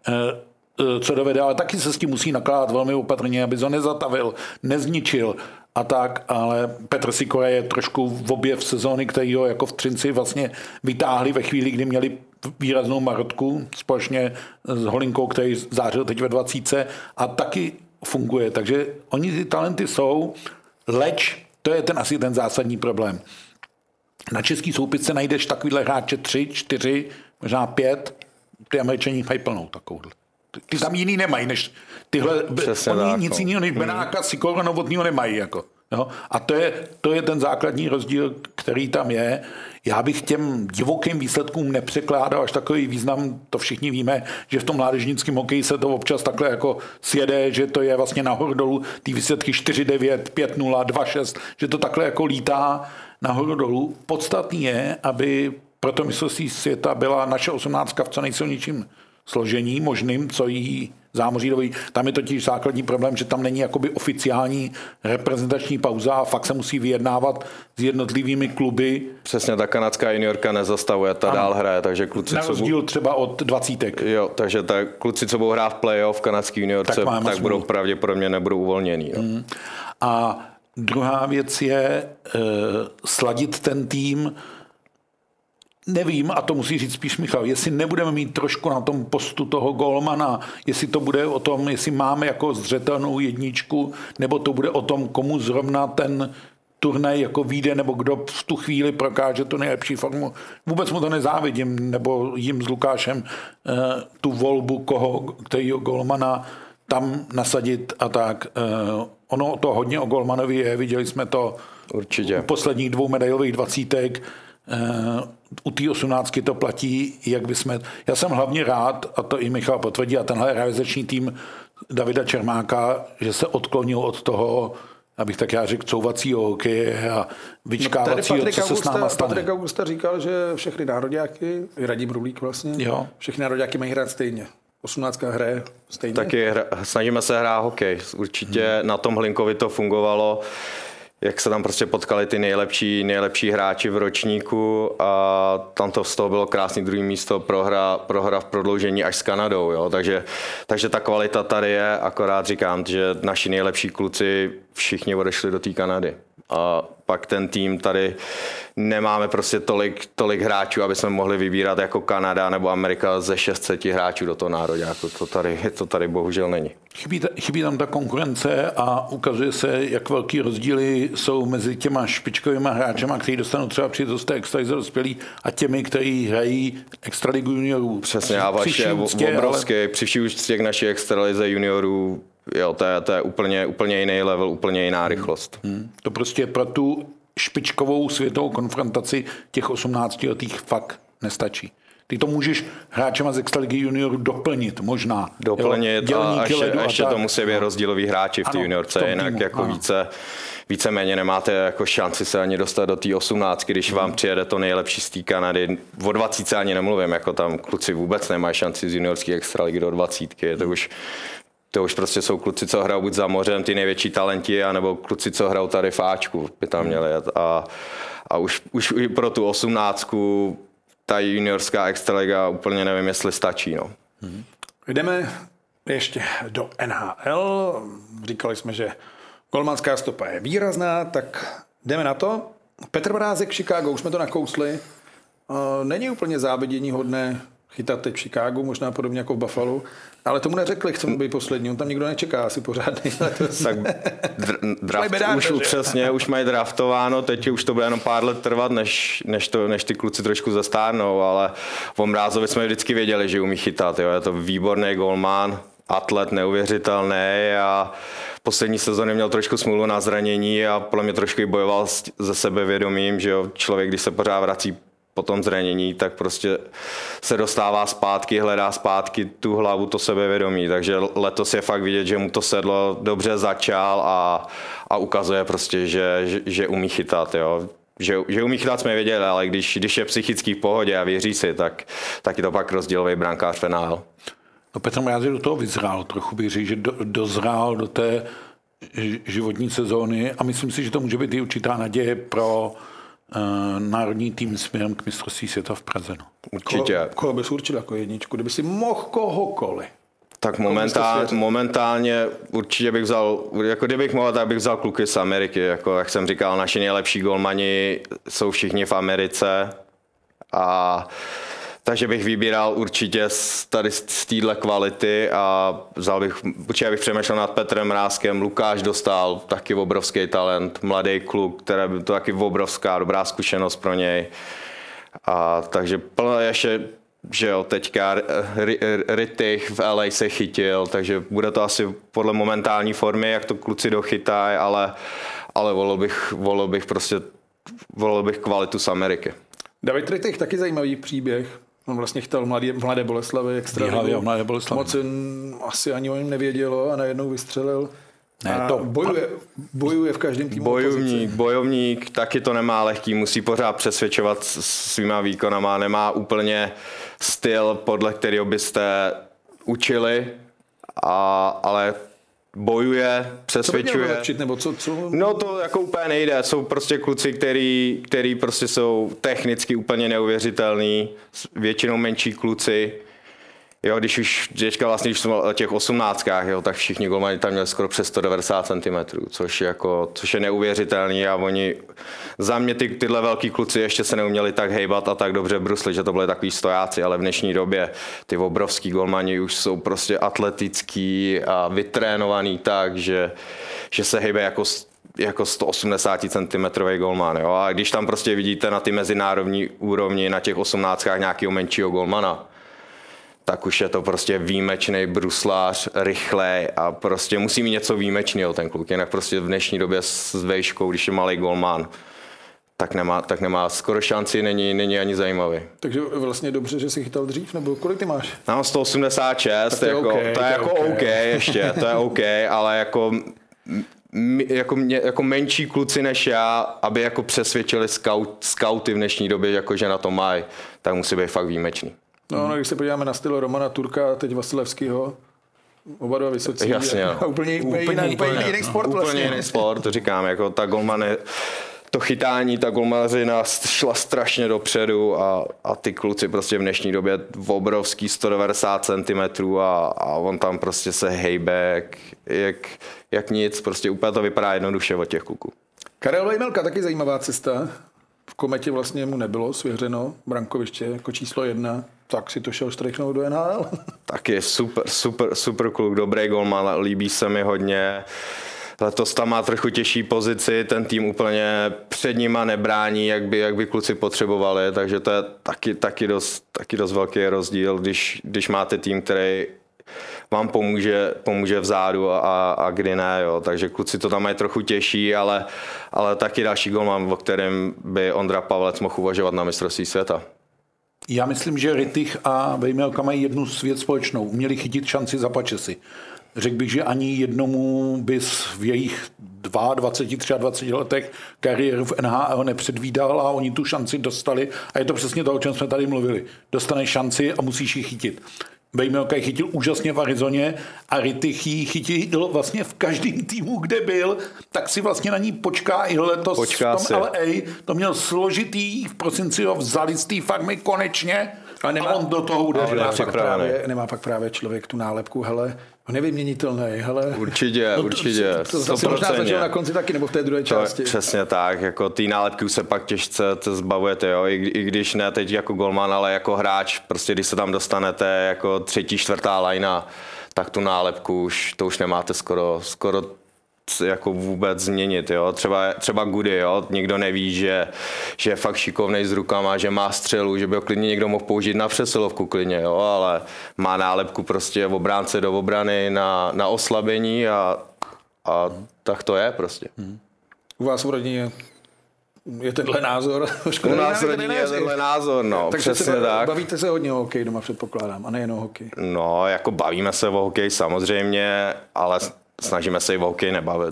Co dovede, ale taky se s tím musí nakládat velmi opatrně, aby ho nezatavil, nezničil a tak, ale Petr Sikora je trošku v objev sezóny, který ho jako v Třinci vlastně vytáhli ve chvíli, kdy měli výraznou marotku společně s Holinkou, který zářil teď ve 20 a taky funguje, takže oni ty talenty jsou, leč to je asi ten zásadní problém. Na český soupisce najdeš takovýhle hráče 3, 4, možná 5, ty Američani mají plnou takovouhle. Ty tam jiný nemají, než tyhle, oni nic jiného než Benáka, Sikora, Novotnýho nemají. Jako, jo? A to je ten základní rozdíl, který tam je. Já bych těm divokým výsledkům nepřekládal až takový význam, to všichni víme, že v tom mládežnickém hokeji se to občas takhle jako sjede, že to je vlastně nahoru dolů, ty výsledky 4-9, 5-0, 2-6, že to takhle jako lítá nahoru dolů. Podstatný je, aby pro to mistrovství světa byla naše 18 v co nejsilnějším složení možným, co jí zámoří dovolí. Tam je totiž základní problém, že tam není jakoby oficiální reprezentační pauza a fakt se musí vyjednávat s jednotlivými kluby. Přesně, ta kanadská juniorka nezastavuje, ta dál hraje, takže kluci... Na rozdíl třeba od 20. Jo, takže kluci, co budou hrát v playoff v kanadské juniorce, tak budou pravděpodobně nebudou uvolněný. No. A druhá věc je sladit ten tým. Nevím, a to musí říct spíš Michal, jestli nebudeme mít trošku na tom postu toho golmana, jestli to bude o tom, jestli máme jako zřetelnou jedničku, nebo to bude o tom, komu zrovna ten turnaj jako vyjde, nebo kdo v tu chvíli prokáže tu nejlepší formu. Vůbec mu to nezávidím, nebo jim s Lukášem tu volbu, kterýho golmana tam nasadit a tak. Ono to hodně o golmanovi je, viděli jsme to určitě u posledních 2 medailových 20. U té 18 to platí, jak bychom... Já jsem hlavně rád, a to i Michal potvrdí, a tenhle realizační tým Davida Čermáka, že se odklonil od toho, abych tak já řekl, couvacího hokeje a vyčkávacího, co se s náma stane. Patrik Augusta říkal, že všechny nároďáky, Radim Rulík vlastně, jo. Všechny nároďáky mají hrát stejně. 18 hraje stejně. Taky snažíme se hrát hokej. Určitě na tom Hlinkovi to fungovalo, jak se tam prostě potkali ty nejlepší hráči v ročníku a tam to z toho bylo krásný druhý místo, prohra v prodloužení až s Kanadou. Jo? Takže ta kvalita tady je, akorát říkám, že naši nejlepší kluci všichni odešli do té Kanady. A pak ten tým tady nemáme prostě tolik hráčů, aby jsme mohli vybírat jako Kanada nebo Amerika ze 600 hráčů do toho nároďáku. To tady bohužel není. Chybí tam ta konkurence a ukazuje se, jak velký rozdíly jsou mezi těma špičkovými hráčema, kteří dostanou třeba příležitost té extralize dospělí a těmi, kteří hrají extraligu juniorů. Přesně, a vaše obrovský, při vší úctě k naší extralize juniorů, jo, to je úplně jiný level, úplně jiná rychlost. To prostě pro tu špičkovou světovou konfrontaci těch 18 letých fakt nestačí. Ty to můžeš hráčema z extraligy juniorů doplnit, možná. Doplnit a ještě to musí být rozdílový hráči v té juniorce, jinak týmu, jako víceméně nemáte jako šanci se ani dostat do té 18, když vám přijede to nejlepší z té Kanady. O 20 ani nemluvím, jako tam kluci vůbec nemají šanci z juniorské extraligy do 20. To už prostě jsou kluci, co hrajou buď za mořem, ty největší talenti, anebo kluci, co hrajou tady v Ačku, by tam měli jet. A už i pro tu 18 ta juniorská extraliga úplně nevím, jestli stačí. No. Jdeme ještě do NHL. Říkali jsme, že golmanská stopa je výrazná, tak jdeme na to. Petr Mrázek, Chicago, už jsme to nakousli. Není úplně závidění hodné chytat teď v Chicagu, možná podobně jako v Buffalo, ale tomu neřekli, chceme být poslední, on tam nikdo nečeká asi pořádný. Tak už mají draftováno, teď už to bude jenom pár let trvat, než ty kluci trošku zastárnou, ale o Mrázovi jsme vždycky věděli, že umí chytat, jo. Je to výborný golman, atlet neuvěřitelný a poslední sezóny měl trošku smůlu na zranění a podle mě trošku i bojoval se sebevědomím, že jo, člověk, když se pořád vrací po tom zranění, tak prostě se dostává zpátky, hledá zpátky tu hlavu, to sebevědomí. Takže letos je fakt vidět, že mu to sedlo, dobře začal a ukazuje prostě, že umí chytat. Jo. Že umí chytat jsme věděli, ale když je psychický v pohodě a věří si, tak je to pak rozdílový brankář v NHL. No Petr Mrázek do toho vyzrál, trochu bych řekl, že dozrál do té životní sezóny a myslím si, že to může být i určitá naděje pro národní tým směrem k mistrovství světa v Praze. No. Určitě. Koho bys určil jako jedničku, kdyby si mohl kohokoliv? Tak momentálně určitě bych vzal, jako kdybych mohl, tak bych vzal kluky z Ameriky. Jako, jak jsem říkal, naši nejlepší golmani jsou všichni v Americe. Takže bych vybíral určitě tady z téhle kvality a určitě bych přemýšlel nad Petrem Mrázkem. Lukáš Dostál, taky obrovský talent, mladý kluk, který by to taky obrovská, dobrá zkušenost pro něj. A takže ještě, že jo, teďka Rittich v LA se chytil, takže bude to asi podle momentální formy, jak to kluci dochytají, ale volil bych kvalitu z Ameriky. David Rittich, taky zajímavý příběh. On vlastně chtěl v Mladé Boleslavi extraligu. Moc asi ani o něm nevědělo a najednou vystřelil. Bojuje v každém týmu. Bojovník, taky to nemá lehký, musí pořád přesvědčovat svýma výkonama, nemá úplně styl, podle kterého byste učili, ale bojuje, přesvědčuje. Lepšit, nebo co? No to jako úplně nejde. Jsou prostě kluci, který prostě jsou technicky úplně neuvěřitelný, většinou menší kluci. Jo, když jsme o těch 18kách, jo, tak všichni golmani tam měli skoro přes 190 cm, což je neuvěřitelný a oni za mě tyhle velký kluci ještě se neuměli tak hejbat a tak dobře bruslit, že to byly takový stojáci, ale v dnešní době ty obrovský golmani už jsou prostě atletický a vytrénovaný tak, že se hejbe jako 180 cm golman. Jo? A když tam prostě vidíte na ty mezinárodní úrovni na těch 18kách nějakého menšího golmana, tak už je to prostě výjimečný bruslář, rychlej a prostě musí mít něco výjimečného ten kluk. Jinak prostě v dnešní době s vejškou, když je malý golman, tak nemá skoro šanci, není ani zajímavý. Takže vlastně dobře, že jsi chytal dřív, nebo kolik ty máš? Mám 186, to je jako OK ještě, to je OK, ale jako menší kluci než já, aby jako přesvědčili skauty v dnešní době, jako že na to mají, tak musí být fakt výjimečný. No, když se podíváme na styl Romana Turka a teď Vasilevskýho, oba dva vysocí. Jasně, a úplně jiný sport úplně vlastně. jiný sport, to říkám, jako ta golmane, to chytání, ta golmanřina šla strašně dopředu a ty kluci prostě v dnešní době v obrovský 190 cm a on tam prostě se hejbe jak nic, prostě úplně to vypadá jednoduše od těch kluků. Karel Vejmelka, taky zajímavá cesta. V Kometě vlastně mu nebylo svěřeno brankoviště jako číslo 1, tak si to šel štrechnout do NHL. Tak je super kluk, dobrý golman, líbí se mi hodně. Letos tam má trochu těžší pozici, ten tým úplně před nima nebrání, jak by kluci potřebovali, takže to je taky dost velký rozdíl, když máte tým, který vám pomůže vzadu a kdy ne, jo. Takže kluci to tam mají trochu těžší, ale taky další golman, o kterém by Ondra Pavlec mohl uvažovat na mistrovství světa. Já myslím, že Rittich a Vejmelka mají jednu věc společnou. Uměli chytit šanci za pačesy. Řekl bych, že ani jednomu bys v jejich 22, 23 letech kariéru v NHL nepředvídal a oni tu šanci dostali. A je to přesně to, o čem jsme tady mluvili. Dostaneš šanci a musíš ji chytit. Vejmelka ji chytil úžasně v Arizoně a Rittich ji chytil vlastně v každém týmu, kde byl, tak si vlastně na ní počká i letos v tom LA. To měl složitý, v prosinci ho vzali z té farmy konečně a on do toho udeřil. Nemá pak právě člověk tu nálepku, hele, nevyměnitelný, hele. Určitě. To si možná zažil na konci taky, nebo v té druhé části. Přesně tak, jako ty nálepky se pak těžce zbavujete, jo, i když ne teď jako golman, ale jako hráč, prostě když se tam dostanete jako 3., 4. lajna, tak tu nálepku už nemáte skoro jako vůbec změnit, jo. Třeba Goody, jo. Nikdo neví, že je fakt šikovnej s rukama, že má střelu, že by ho klidně někdo mohl použít na přesilovku klidně, jo, ale má nálepku prostě v obránce do obrany na oslabení a tak to je prostě. U vás v rodině je tenhle názor? U nás v rodině je tenhle názor, no. Takže přesně tak. Bavíte se hodně o hokeji doma, předpokládám, a nejen o hokeji. No, jako bavíme se o hokeji samozřejmě, ale snažíme se i o hokeji nebavit.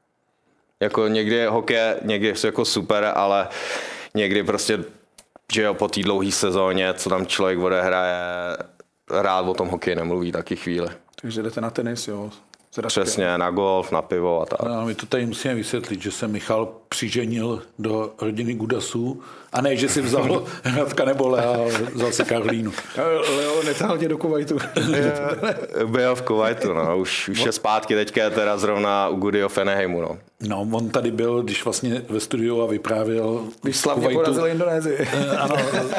Jako někdy je jako super, ale někdy prostě, že jo, po té dlouhé sezóně, co tam člověk odehraje, rád o tom hokeji nemluví taky chvíli. Takže jdete na tenis, jo? Přesně, na golf, na pivo a tak. No, my to tady musíme vysvětlit, že se Michal přiženil do rodiny Gudasů a ne, že si vzal Hradka nebo Lea, vzal si Karolínu. Leo netáhl tě do Kuwaitu. Byl v Kuwaitu, no. Už je zpátky, teďka je teda zrovna u Goodyho v Anaheimu, no. No, on tady byl, když vlastně ve studiu a vyprávěl. Když slavně porazil Indonésii. Ano,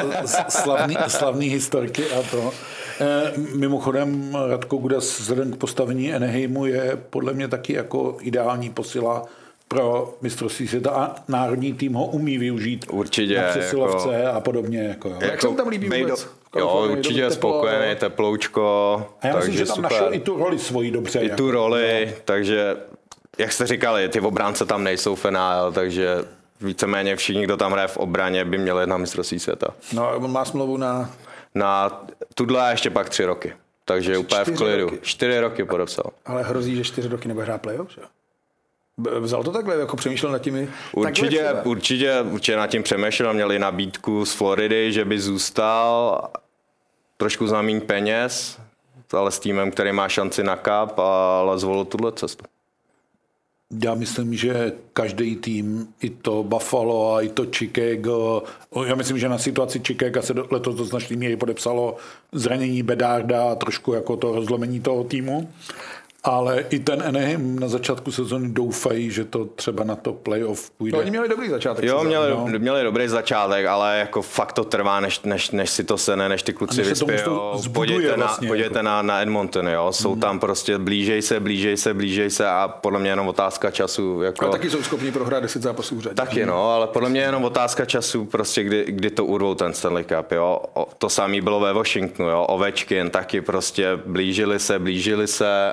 slavný historky a to. Mimochodem Radko Gudas vzhledem k postavení Anaheimu je podle mě taky jako ideální posila pro mistrovství světa a národní tým ho umí využít. Určitě, na přesilovce a podobně. Jako, jo. Jak se mu tam líbí vůbec? Jo, určitě je spokojený, teploučko. A já myslím, že tam našel i tu roli svoji dobře. I tu roli, takže jak jste říkali, ty obránce tam nejsou v NHL, takže víceméně všichni, kdo tam hraje v obraně, by měli na mistrovství světa. No, on má smlouvu na tuhle ještě pak 3 roky. Takže úplně v klidu. 4 roky podepsal. Ale hrozí, že 4 roky nebude hrát playoff, že? Vzal to takhle, jako přemýšlel nad tím? Určitě nad tím přemýšlel. Měli nabídku z Floridy, že by zůstal trošku za míň peněz, ale s týmem, který má šanci na cup, ale zvolil tuhle cestu. Já myslím, že každý tým, i to Buffalo a i to Chicago, já myslím, že na situaci Chicago se letos do značné míry podepsalo zranění Bedárda a trošku jako to rozlomení toho týmu. Ale i ten Anaheim na začátku sezóny doufají, že to třeba na to playoff půjde. No, oni měli dobrý začátek. Jo, měli dobrý začátek, ale jako fakt to trvá, než si to sene, než ty kluci vyspějou. Podívejte na Edmonton, jo. Jsou tam prostě blížej se a podle mě jenom otázka času. Jako... A taky jsou schopni prohrát 10 zápasů v řadě. Taky no, ale podle mě jenom otázka času, prostě kdy to urvou ten Stanley Cup, jo. To samé bylo ve Washingtonu, jo. Ovečkin taky prostě blížili se a najednou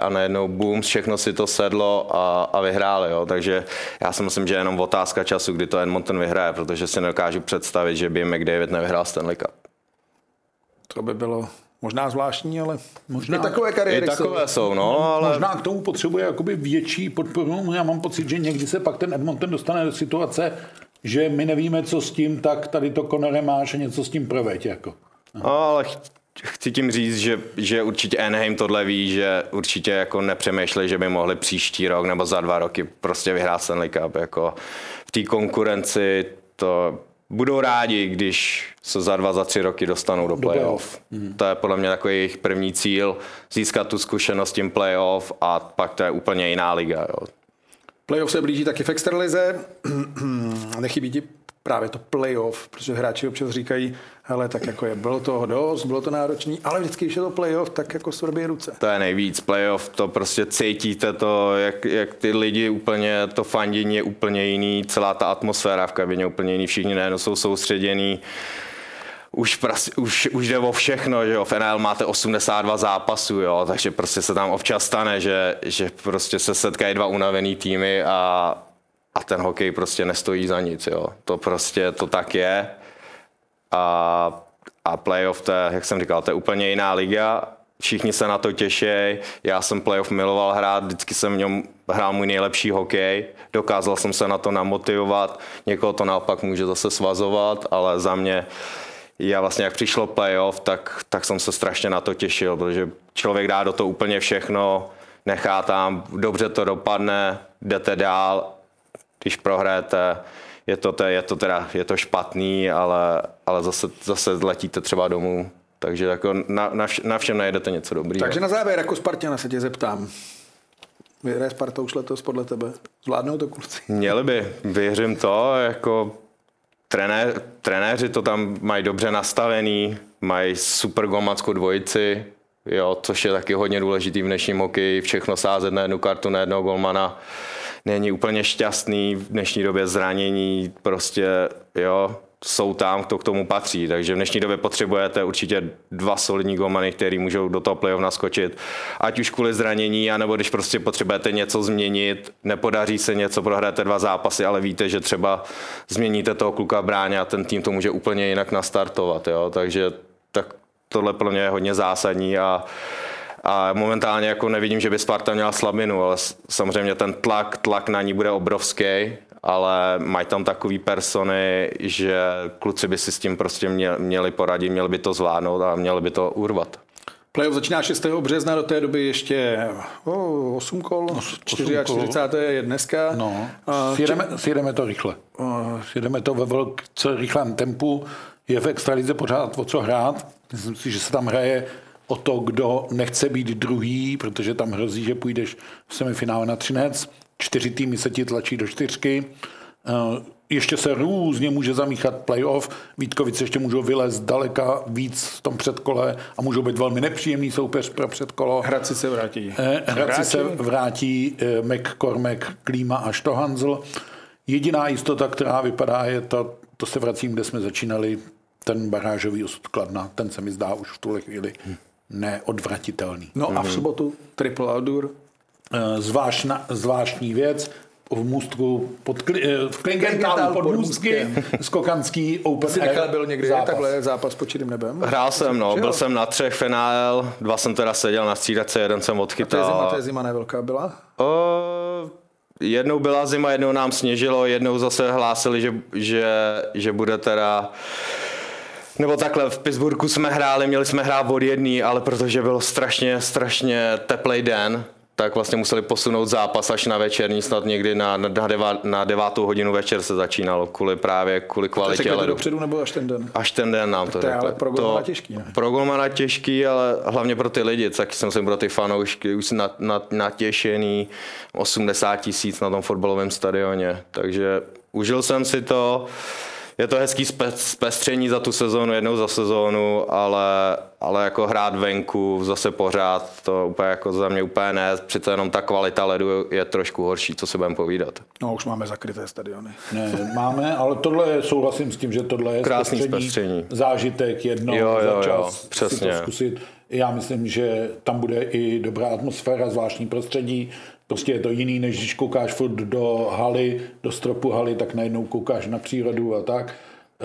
najednou boom, všechno si to sedlo a vyhráli, jo. Takže já si myslím, že je jenom otázka času, kdy to Edmonton vyhraje, protože si nedokážu představit, že by McDavid nevyhrál Stanley Cup. To by bylo možná zvláštní, ale možná i takové kariéry jsou, no, ale... Možná k tomu potřebuje jakoby větší podporu. Já mám pocit, že někdy se pak ten Edmonton dostane do situace, že my nevíme, co s tím, tak tady to Conore máš a něco s tím proveď. Jako. No, ale chci tím říct, že určitě Anaheim tohle ví, že určitě jako nepřemýšleli, že by mohli příští rok nebo za 2 roky prostě vyhrát Stanley Cup. Jako v té konkurenci to budou rádi, když se za 2, za 3 roky dostanou do playoff. To je podle mě takový jejich první cíl, získat tu zkušenost tím playoff a pak to je úplně jiná liga. Jo. Playoff se blíží taky v extralize. Nechybí ti právě to playoff, protože hráči občas říkají, hele, tak jako bylo toho dost, bylo to náročný, ale vždycky, když je to playoff, tak jako svrbí ruce. To je nejvíc. Playoff, to prostě cítíte to, jak ty lidi úplně, to fandění je úplně jiný, celá ta atmosféra v kabině úplně jiný, všichni najednou jsou soustředění. Už jde o všechno, že jo, v NHL máte 82 zápasů, jo, takže prostě se tam občas stane, že prostě se setkají 2 unavený týmy a ten hokej prostě nestojí za nic, jo. To prostě, to tak je. A playoff, to je, jak jsem říkal, to je úplně jiná liga. Všichni se na to těší. Já jsem playoff miloval hrát, vždycky jsem v něm hrál můj nejlepší hokej. Dokázal jsem se na to namotivovat. Někoho to naopak může zase svazovat, ale za mě, já vlastně jak přišlo playoff, tak jsem se strašně na to těšil, protože člověk dá do toho úplně všechno, nechá tam, dobře to dopadne, jdete dál. Když prohrajete, je to špatný, ale zase letíte třeba domů. Takže jako na všem najdete něco dobrýho. Takže na závěr, jako Spartana se tě zeptám. Vyhraje Sparta už letos podle tebe? Zvládnou to kluci? Měli by, věřím to, jako trenéři to tam mají dobře nastavený, mají super golmanskou dvojici, jo, což je taky hodně důležitý v dnešním hokeji, všechno sázet na jednu kartu, na jednoho golmana. Není úplně šťastný, v dnešní době zranění, prostě, jo, jsou tam, kdo k tomu patří. Takže v dnešní době potřebujete určitě 2 solidní golmany, který můžou do toho playoff naskočit. Ať už kvůli zranění, anebo když prostě potřebujete něco změnit, nepodaří se něco, prohrajete 2 zápasy, ale víte, že třeba změníte toho kluka v bráně a ten tým to může úplně jinak nastartovat. Jo? Takže tak tohle pro mě je hodně zásadní a momentálně jako nevidím, že by Sparta měla slabinu, ale samozřejmě ten tlak na ní bude obrovský, ale mají tam takový persony, že kluci by si s tím prostě měli poradit, měli by to zvládnout a měli by to urvat. Playoff začíná 6. března, do té doby ještě 8 kol, 44. je dneska. No, sjedeme to rychle. Sjedeme to ve velce rychlém tempu, je v extralize pořád o co hrát. Myslím si, že se tam hraje o to, kdo nechce být druhý, protože tam hrozí, že půjdeš v semifinále na Třinec. 4 týmy se ti tlačí do 4. Ještě se různě může zamíchat playoff. Vítkovice ještě můžou vylézt daleka víc v tom předkole a můžou být velmi nepříjemný soupeř pro předkolo. Hradci se vrátí. Hradci se vrátí McCormack, Klíma a Štohanzl. Jediná jistota, která vypadá, je to se vracím, kde jsme začínali, ten barážový osud Kladna. Ten se mi zdá už v tuhle chvíli neodvratitelný. No a v sobotu triple outdoor. Zvláštní věc. V Můstku v Klingentálu pod Můstky skokanský Open Air byl někdy zápas. Takhle zápas pod čirým nebem? Hrál jsem, byl jsem na 3 finále, 2 jsem teda seděl na střídačce, 1 jsem odchytal. A ta zima nevelká byla? Jednou byla zima, jednou nám sněžilo, jednou zase hlásili, že bude teda... Nebo takhle, v Pittsburghu jsme hráli, měli jsme hrát od 1, ale protože byl strašně teplej den, tak vlastně museli posunout zápas až na večerní, snad někdy na 9 hodinu večer se začínalo, kvůli kvalitě ledu. Dopředu nebo až ten den? Až ten den nám to řekli. Ale pro golmana těžký, ne? Pro golmana těžký, ale hlavně pro ty lidi, tak jsem si pro ty fanoušky už natěšený, 80 000 na tom fotbalovém stadioně, takže užil jsem si to. Je to hezký zpestření za tu sezónu, jednou za sezónu, ale jako hrát venku zase pořád, to úplně jako za mě úplně ne. Přece jenom ta kvalita ledu je trošku horší, co si budeme povídat. No už máme zakryté stadiony. Ne, máme, ale tohle souhlasím s tím, že tohle je krásný zpestření. Zážitek jednou za čas přesně. si to zkusit. Já myslím, že tam bude i dobrá atmosféra, zvláštní prostředí. Prostě je to jiný, než když koukáš furt do haly, do stropu haly, tak najednou koukáš na přírodu a tak.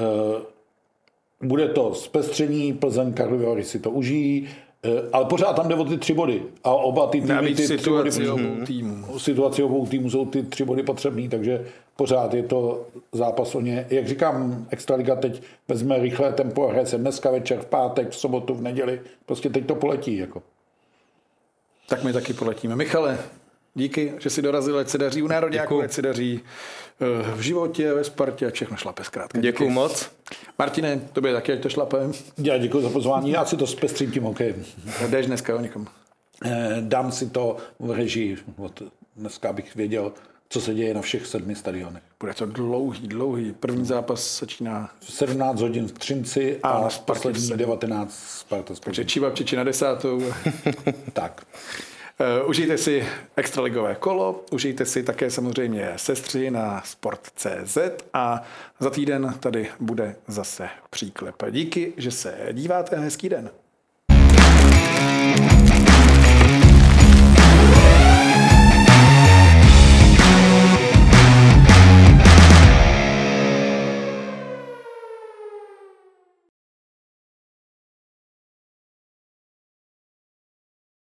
Bude to zpestření, Plzeň, Karlovy Vary si to užijí, ale pořád tam jde o ty 3 body. A oba ty týmy, situaci obou týmů jsou ty 3 body potřebný, takže pořád je to zápas o ně. Jak říkám, Extraliga teď vezme rychlé tempo a hraje se dneska večer, v pátek, v sobotu, v neděli. Prostě teď to poletí. Jako. Tak my taky poletíme. Michale, díky, že jsi dorazil, ať se daří u národňáků, ať se daří v životě, ve Spartě a všechno šlape zkrátka. Děkuju moc. Martine, tobě taky, ať to šlape. Já děkuji za pozvání, já si to zpestřím tím hokejem. Jdeš dneska o někom? Dám si to v režii. Dneska bych věděl, co se děje na všech 7 stadionech. Bude to dlouhý. První zápas začíná v 17 hodin v Třinci a poslední 19 Sparta. Takže Čivavčiči na 10. Tak. Užijte si extraligové kolo, užijte si také samozřejmě sestři na sport.cz a za týden tady bude zase příklep. Díky, že se díváte a hezký den.